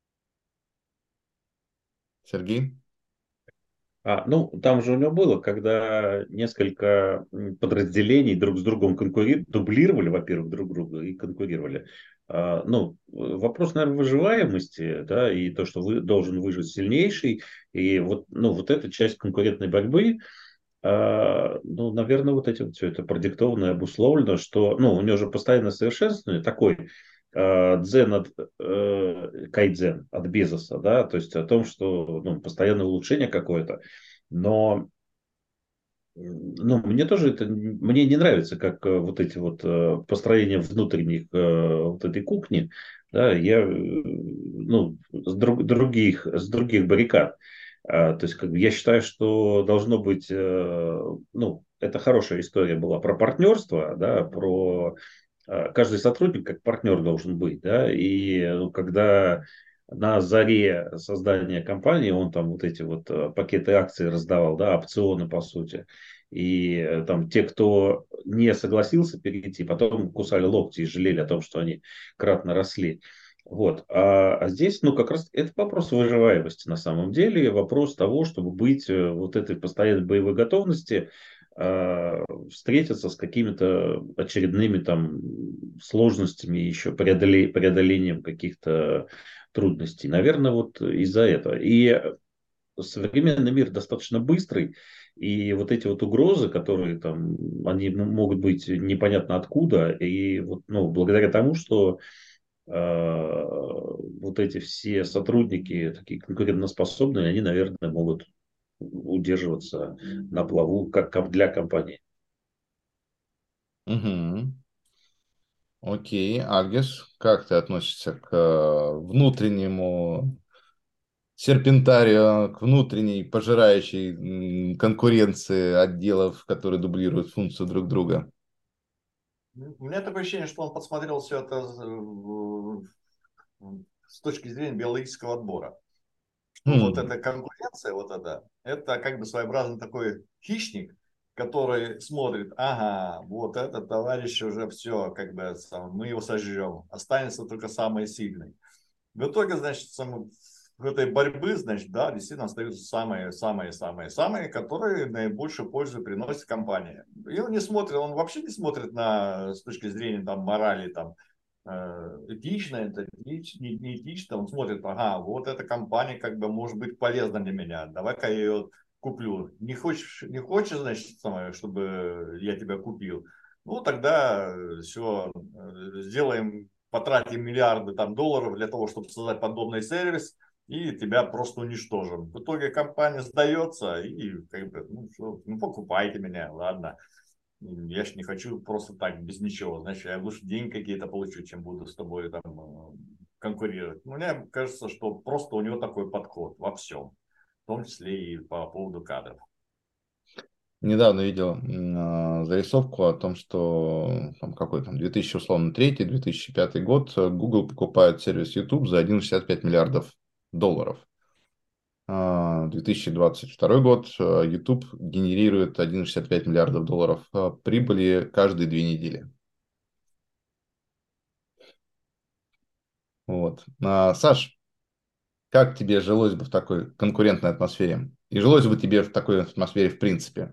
Сергей? А, ну, там же у него было, когда несколько м, подразделений друг с другом конкурировали, дублировали, во-первых, друг друга и конкурировали. А, ну, э, вопрос, наверное, выживаемости, да, и то, что вы должен выжить сильнейший, и вот, ну, вот эта часть конкурентной борьбы, а, ну, наверное, вот этим все это продиктовано и обусловлено, что, ну, у него же постоянно совершенствование такой, а, дзен от э, кайдзен от Безоса, да, то есть о том, что, ну, постоянное улучшение какое-то, но ну, мне тоже это, мне не нравится, как э, вот эти вот э, построения внутренних э, вот этой кухни, да, я, э, ну, с друг- других, с других баррикад. А, то есть, как бы я считаю, что должно быть, э, ну, это хорошая история была про партнерство, да, про э, каждый сотрудник как партнер должен быть, да, и ну, когда на заре создания компании он там вот эти вот э, пакеты акций раздавал, да, опционы по сути, и э, там те, кто не согласился перейти, потом кусали локти и жалели о том, что они кратно росли. Вот. А, а здесь, ну, как раз это вопрос выживаемости на самом деле, вопрос того, чтобы быть э, вот этой постоянной боевой готовности, э, встретиться с какими-то очередными там сложностями, еще преодоле- преодолением каких-то трудностей. Наверное, вот из-за этого. И современный мир достаточно быстрый, и вот эти вот угрозы, которые там, они м- могут быть непонятно откуда, и вот, ну, благодаря тому, что э, вот эти все сотрудники такие конкурентоспособные, они, наверное, могут удерживаться на плаву как ком- для компании. Угу. Окей, Альгис, как ты относишься к э, внутреннему серпентарию, к внутренней пожирающей м, конкуренции отделов, которые дублируют функцию друг друга? У меня такое ощущение, что он подсмотрел все это с точки зрения биологического отбора. Что вот Хм. эта конкуренция, вот это, это как бы своеобразный такой хищник, который смотрит, ага, вот этот товарищ уже все, как бы мы его сожрем, останется только самый сильный. В итоге, значит, сам, в этой борьбы, значит, да, действительно остаются самые, самые, самые, самые, которые наибольшую пользу приносят компании. И он не смотрит, он вообще не смотрит на, с точки зрения там, морали, там, э, этично, это этично, не, не этично, он смотрит, ага, вот эта компания как бы может быть полезна для меня, давай-ка я ее куплю. Не хочешь, не хочешь, значит, самое, чтобы я тебя купил, ну тогда все, сделаем, потратим миллиарды там, долларов для того, чтобы создать подобный сервис, и тебя просто уничтожим. В итоге компания сдается, и как бы, ну, что, ну покупайте меня, ладно. Я же не хочу просто так, без ничего. Значит, я лучше деньги какие-то получу, чем буду с тобой там э, конкурировать. Ну, мне кажется, что просто у него такой подход во всем, в том числе и по поводу кадров. Недавно видел м, а, зарисовку о том, что там, какой там две тысячи третий - две тысячи пятый год э, Google покупает сервис YouTube за один целых шестьдесят пять миллиардов долларов. А, две тысячи двадцать второй год э, YouTube генерирует один целых шестьдесят пять миллиардов долларов э, прибыли каждые две недели. Вот. А, Саш, как тебе жилось бы в такой конкурентной атмосфере? И жилось бы тебе в такой атмосфере в принципе?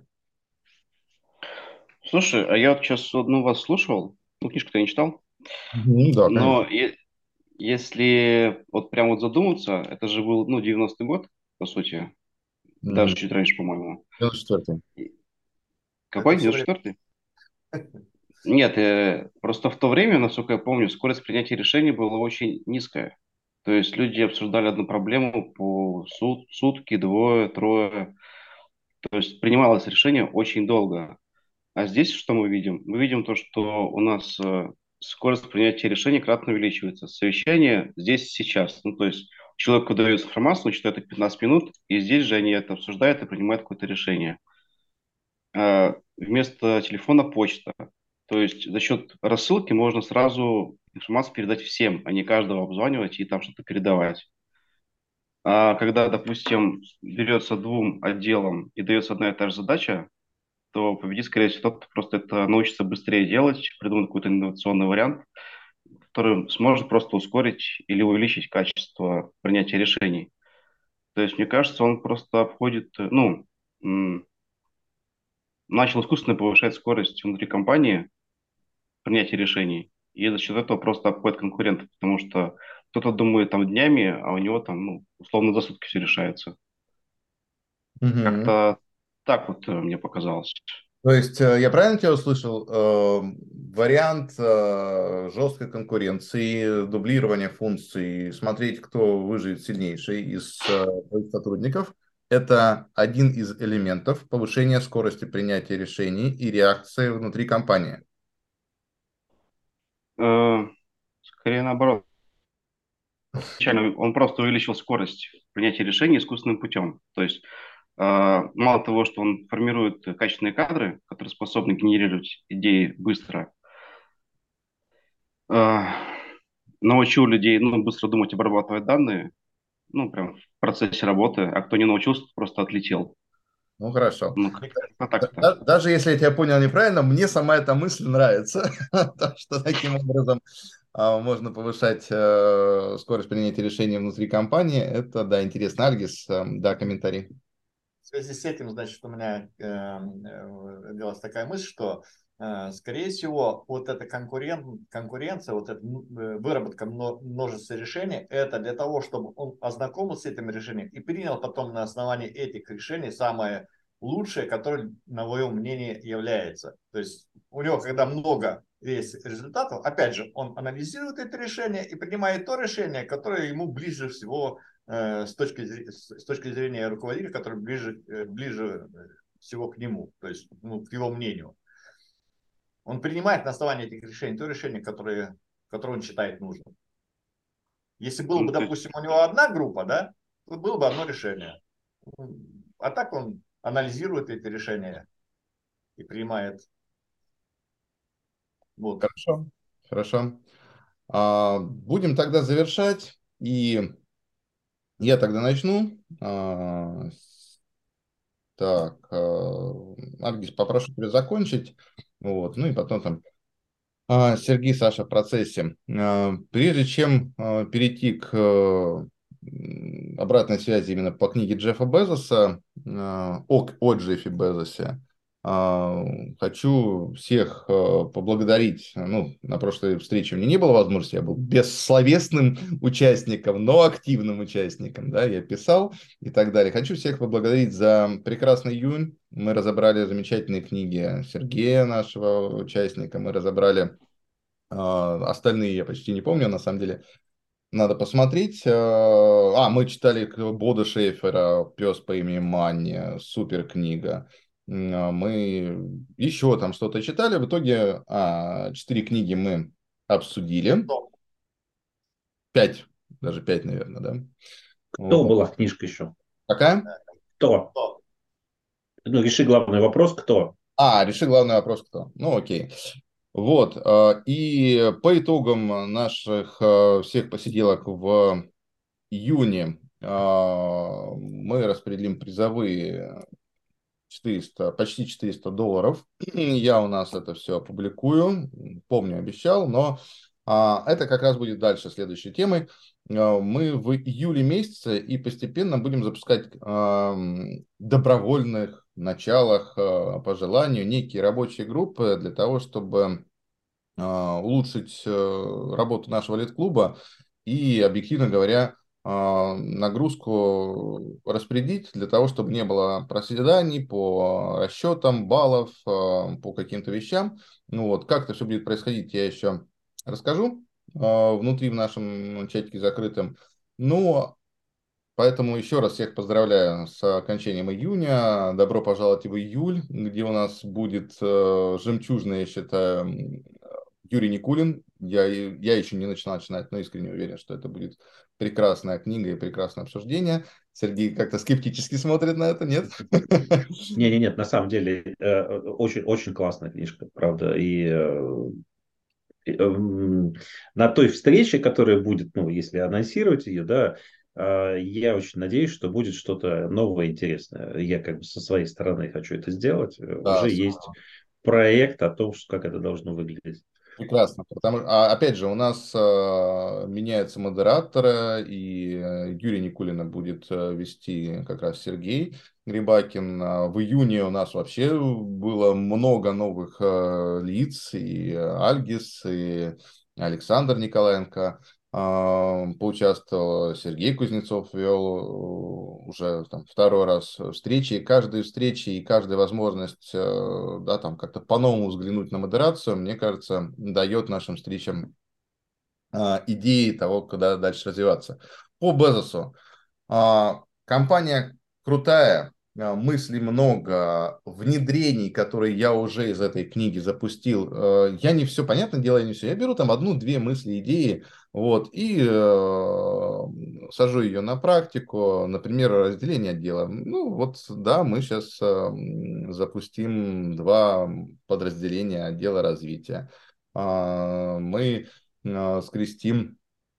Слушай, а я вот сейчас одну вас слушал, ну, книжку-то я не читал, Мгм, да, но конечно. е- если вот прям вот задуматься, это же был, ну, девяностый год, по сути, даже Мгм. чуть раньше, по-моему. девяносто четвёртый. И- Это Какой? все девяносто время. четвёртый? Нет, э, просто в то время, насколько я помню, скорость принятия решений была очень низкая. То есть люди обсуждали одну проблему по сут- сутки, двое, трое. То есть принималось решение очень долго. А здесь что мы видим? Мы видим то, что у нас э, скорость принятия решений кратно увеличивается. Совещание здесь сейчас. Ну, то есть человеку дается информацию, он читает это пятнадцать минут, и здесь же они это обсуждают и принимают какое-то решение. А, вместо телефона почта. То есть за счет рассылки можно сразу информацию передать всем, а не каждого обзванивать и там что-то передавать. А когда, допустим, берется двум отделам и дается одна и та же задача, то победит, скорее всего, тот, кто просто это научится быстрее делать, придумает какой-то инновационный вариант, который сможет просто ускорить или увеличить качество принятия решений. То есть, мне кажется, он просто обходит, э, ну, м, начал искусственно повышать скорость внутри компании принятия решений, и за счет этого просто обходит конкурентов, потому что кто-то думает там днями, а у него там, ну, условно, за сутки все решается. Мгм. Как-то так вот э, мне показалось. То есть, э, я правильно тебя услышал? Э, Вариант э, жесткой конкуренции, дублирования функций, смотреть, кто выживет сильнейший из э, твоих сотрудников, это один из элементов повышения скорости принятия решений и реакции внутри компании. Э, Скорее наоборот. Изначально он просто увеличил скорость принятия решений искусственным путем. То есть э, мало того, что он формирует качественные кадры, которые способны генерировать идеи быстро, э, научил людей, ну, быстро думать, обрабатывать данные, ну, прям в процессе работы, а кто не научился, просто отлетел. Ну, хорошо. Ну, как-то так-то. Да- Даже если я тебя понял неправильно, мне сама эта мысль нравится, то, что таким образом а, можно повышать э, скорость принятия решений внутри компании. Это, да, интересно. Альгис, э, да, комментарий. В связи с этим, значит, у меня э, э, родилась такая мысль, что, э, скорее всего, вот эта конкурен... конкуренция, вот эта э, выработка мно... множества решений, это для того, чтобы он ознакомился с этим решением и принял потом на основании этих решений самое лучшее, которое, на мое мнение, является. То есть у него, когда много есть результатов, опять же, он анализирует это решение и принимает то решение, которое ему ближе всего с точки, зрения, с точки зрения руководителя, который ближе, ближе всего к нему, то есть ну, к его мнению. Он принимает на основании этих решений то решение, которое, которое он считает нужным. Если было Ну, бы, то есть, допустим, у него одна группа, да, то было бы одно решение. А так он анализирует эти решения и принимает. Вот. Хорошо, хорошо. А, будем тогда завершать. И я тогда начну. А, с- так, а, Альгис, попрошу тебя закончить. Вот, ну и потом там а, Сергей, Саша в процессе. А, Прежде чем а, перейти к э, м, обратной связи именно по книге Джеффа Безоса, а, о, о Джеффе Безосе, а, хочу всех а, поблагодарить. Ну, на прошлой встрече у меня не было возможности, я был бессловесным участником, но активным участником, да, я писал и так далее. Хочу всех поблагодарить за прекрасный июнь. Мы разобрали замечательные книги Сергея, нашего участника, мы разобрали а, остальные я почти не помню, на самом деле. Надо посмотреть. А, мы читали Бода Шефера «Пес по имени Манни». Супер книга. М, Мы еще там что-то читали. В итоге а, четыре книги мы обсудили. Пять, даже пять, наверное, да? Кто Вот. была книжка еще? Какая? Кто? Ну, реши главный вопрос, кто? А, реши главный вопрос, кто? Ну, окей. Вот. а, И по итогам наших а, всех посиделок в июне а, мы распределим призовые четыреста, почти четыреста долларов. Я у нас это все опубликую. Помню, обещал, но а, это как раз будет дальше следующей темой. А, Мы в июле месяце и постепенно будем запускать а, добровольных началах а, по желанию некие рабочие группы для того, чтобы а, улучшить э, работу нашего лид-клуба и, объективно говоря, а, нагрузку распределить для того, чтобы не было проседаний по расчетам баллов, а, по каким-то вещам. Ну вот, как это все будет происходить, я еще расскажу а, внутри в нашем чатике закрытым. Ну, поэтому еще раз всех поздравляю с окончанием июня. Добро пожаловать в июль, где у нас будет э, жемчужный, я считаю, м, Юрий Никулин. Я, я еще не начинал читать, но искренне уверен, что это будет прекрасная книга и прекрасное обсуждение. Сергей как-то скептически смотрит на это, нет? Не, не, нет, на самом деле э, очень, очень классная книжка, правда. И э, эм, на той встрече, которая будет, ну, если анонсировать ее, да, э, я очень надеюсь, что будет что-то новое, интересное. Я как бы со своей стороны хочу это сделать. Э, Да, Уже есть проект о том, что, как это должно выглядеть. прекрасно, потому что, а, опять же, у нас а, меняются модераторы, и э, Юрия Никулина будет э, вести как раз Сергей Грибакин. А в июне у нас вообще было много новых э, лиц, и э, Альгис, и Александр Николаенко а, поучаствовал, Сергей Кузнецов вел э, уже там, второй раз встречи, и каждой встречи, и каждая возможность э, да, там, как-то по-новому взглянуть на модерацию, мне кажется, дает нашим встречам а, идеи того, куда дальше развиваться. По Безосу. А, Компания крутая, а, мыслей много, внедрений, которые я уже из этой книги запустил. Э, Я не все, понятное дело, я не все. Я беру там одну-две мысли, идеи, вот, и э, сажу ее на практику, например, разделение отдела. Ну, вот, да, мы сейчас запустим два подразделения отдела развития. А, Мы э, скрестим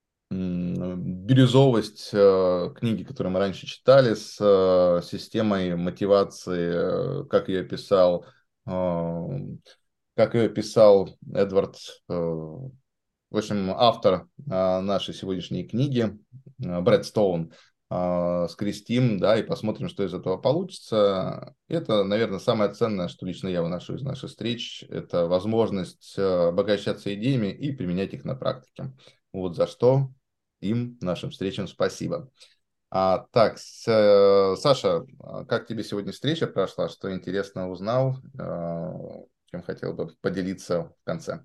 бирюзовость э, книги, которую мы раньше читали, с э, системой мотивации, э, как ее писал, э, как ее писал Эдвард, э, в общем, автор э, нашей сегодняшней книги, э, Брэд Стоун. а, скрестим, да, и посмотрим, что из этого получится. Это, наверное, самое ценное, что лично я выношу из наших встреч, это возможность э, обогащаться идеями и применять их на практике. Вот за что им, нашим встречам, спасибо. А, так, с, э, Саша, а как тебе сегодня встреча прошла? Что интересно узнал? Э, чем хотел бы поделиться в конце?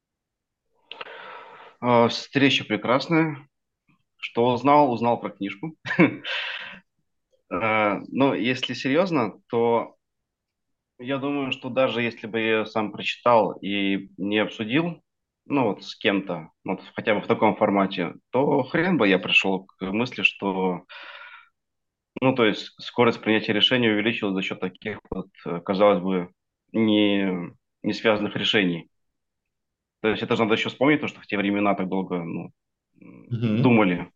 А, Встреча прекрасная. Что узнал? Узнал про книжку. А, Но если серьезно, то я думаю, что даже если бы я сам прочитал и не обсудил, ну вот с кем-то, вот хотя бы в таком формате, то хрен бы я пришел к мысли, что, ну то есть скорость принятия решений увеличилась за счет таких вот, э, казалось бы, не, не связанных решений. То есть это же надо еще вспомнить, то, что в те времена так долго, ну, м, Мгм. думали.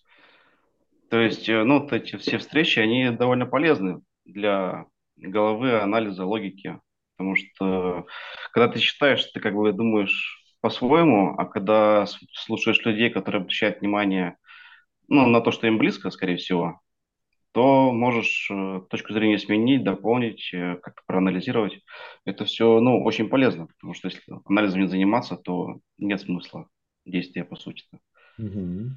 То есть, э, ну, вот эти все встречи, они довольно полезны для головы, анализа, логики. Потому что, когда ты читаешь, ты как бы думаешь по-своему, а когда с- слушаешь людей, которые обращают внимание, ну, на то, что им близко, скорее всего, то можешь э, точку зрения сменить, дополнить, э, как-то проанализировать. Это все, ну, очень полезно, потому что если анализом не заниматься, то нет смысла действия, по сути. Мгм.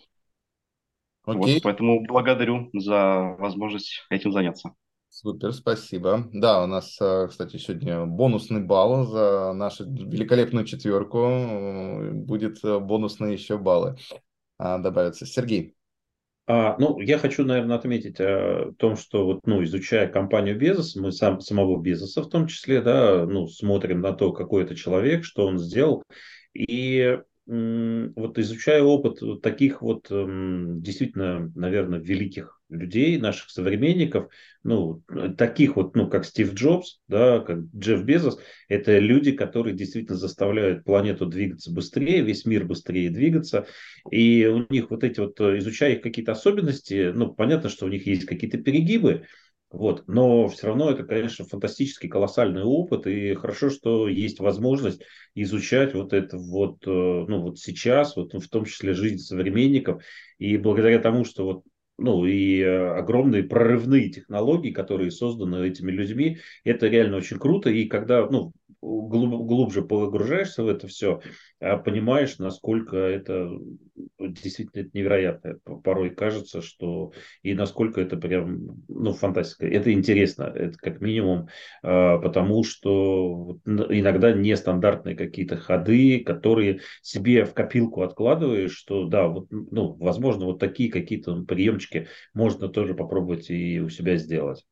Окей, Вот, поэтому благодарю за возможность этим заняться. супер, спасибо. Да, у нас, э, кстати, сегодня бонусный балл за нашу великолепную четверку. Э, Будет э, бонусные еще баллы а, добавятся. Сергей. А, ну, я хочу, наверное, отметить э, о том, что вот, ну, изучая компанию Безоса, мы сам, самого Безоса в том числе, да, ну, смотрим на то, какой это человек, что он сделал. И м, вот изучая опыт вот таких вот м, действительно, наверное, великих людей, наших современников, ну, э, таких вот, ну, как Стив Джобс, да, как Джефф Безос, это люди, которые действительно заставляют планету двигаться быстрее, весь мир быстрее двигаться. И у них вот эти вот, э, изучая их какие-то особенности, ну, понятно, что у них есть какие-то перегибы, вот, но все равно это, конечно, фантастический, колоссальный опыт, и хорошо, что есть возможность изучать вот это вот, э, ну, вот сейчас, вот, ну, в том числе жизнь современников, и благодаря тому, что вот, ну, и э, огромные прорывные технологии, которые созданы этими людьми, это реально очень круто, и когда, ну, глуб- глубже погружаешься в это все, понимаешь, насколько это действительно это невероятно. Порой кажется, что и насколько это прям, ну, фантастика. Это интересно, это как минимум, э, потому что вот н- иногда нестандартные какие-то ходы, которые себе в копилку откладываешь, что да, вот, ну, возможно, вот такие какие-то приемчики можно тоже попробовать и у себя сделать.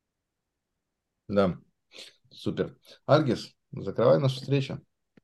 Да, супер. Альгис, закрывай нашу встречу.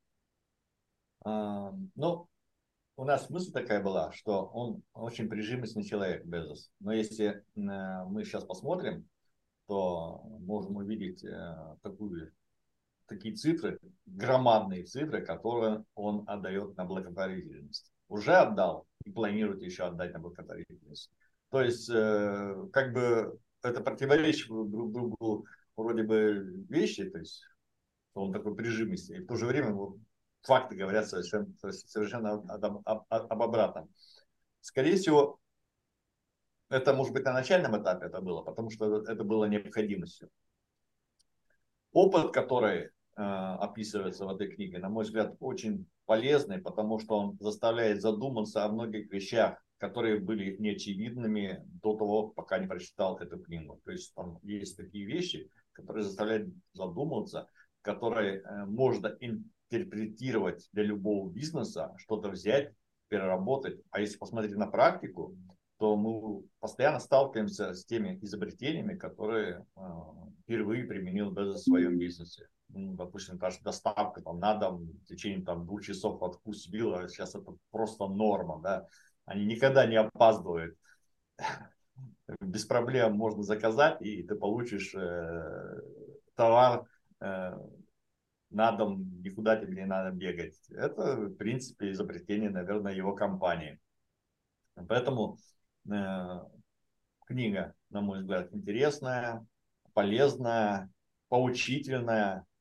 А, ну, у нас мысль такая была, что он очень прижимистый человек, Безос. Но если э, мы сейчас посмотрим, то можем увидеть э, такую, такие цифры, громадные цифры, которые он отдает на благотворительность. Уже отдал и планирует еще отдать на благотворительность. То есть, э, как бы это противоречит друг другу вроде бы вещи, то есть что он такой прижимистый. И в то же время вот, факты говорят совершенно, совершенно об, об, об обратном. Скорее всего, это может быть на начальном этапе это было, потому что это было необходимостью. Опыт, который э, описывается в этой книге, на мой взгляд, очень полезный, потому что он заставляет задуматься о многих вещах, которые были неочевидными до того, пока не прочитал эту книгу. То есть там есть такие вещи, которые заставляют задуматься, которые э, можно интерпретировать для любого бизнеса, что-то взять, переработать. А если посмотреть на практику, то мы постоянно сталкиваемся с теми изобретениями, которые э, впервые применил Безос в своем бизнесе. Ну, допустим, та же доставка там, на дом в течение там, двух часов от вкусвилла, сейчас это просто норма. Да? Они никогда не опаздывают. Без проблем можно заказать, и ты получишь э, товар э, на дом, никуда тебе не надо бегать. Это, в принципе, изобретение, наверное, его компании. Поэтому э, книга, на мой взгляд, интересная, полезная, поучительная.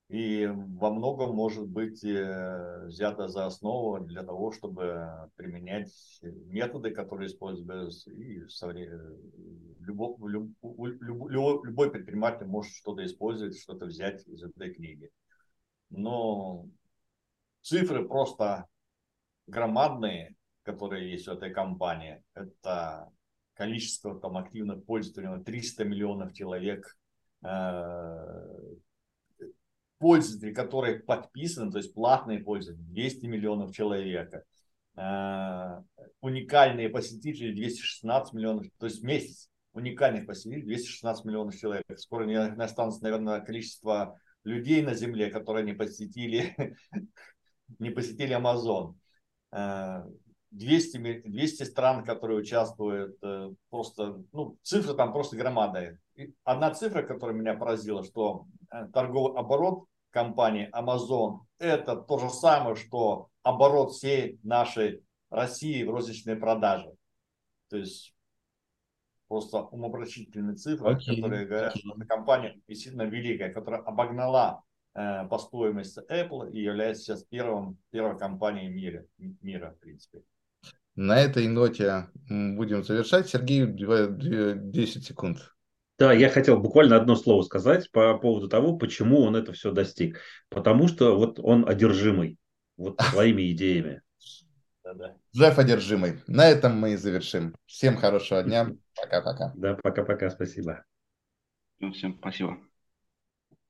и во многом может быть э, взято за основу для того, чтобы применять методы, которые используются, и совре- любо- люб- люб- любой, любой предприниматель может что-то использовать, что-то взять из этой книги. Но цифры просто громадные, которые есть в этой компании. Это количество там активных пользователей, триста миллионов человек, э, пользователи, которые подписаны, то есть платные пользователи, двести миллионов человек. Э, уникальные посетители двести шестнадцать миллионов, то есть в месяц уникальных посетителей двести шестнадцать миллионов человек. Скоро не останется, наверное, количество людей на Земле, которые не посетили, не посетили Amazon. Э, двести, двести стран, которые участвуют, э, просто, ну, цифры там просто громадные. И одна цифра, которая меня поразила, что э, торговый оборот компании Amazon это то же самое, что оборот всей нашей России в розничной продаже. То есть просто умопомрачительные цифры, Окей, которые говорят, что окей. эта компания действительно великая, которая обогнала э, по стоимости Apple и является сейчас первым, первой компанией мира, мира, в принципе. На этой ноте м, будем завершать. Сергей, два- две- десять секунд. Да, я хотел буквально одно слово сказать по поводу того, почему он это все достиг. Потому что вот он одержимый вот своими идеями. Да-да. Джефф одержимый. На этом мы и завершим. Всем хорошего дня. Пока-пока. Да, пока-пока, спасибо. Всем спасибо.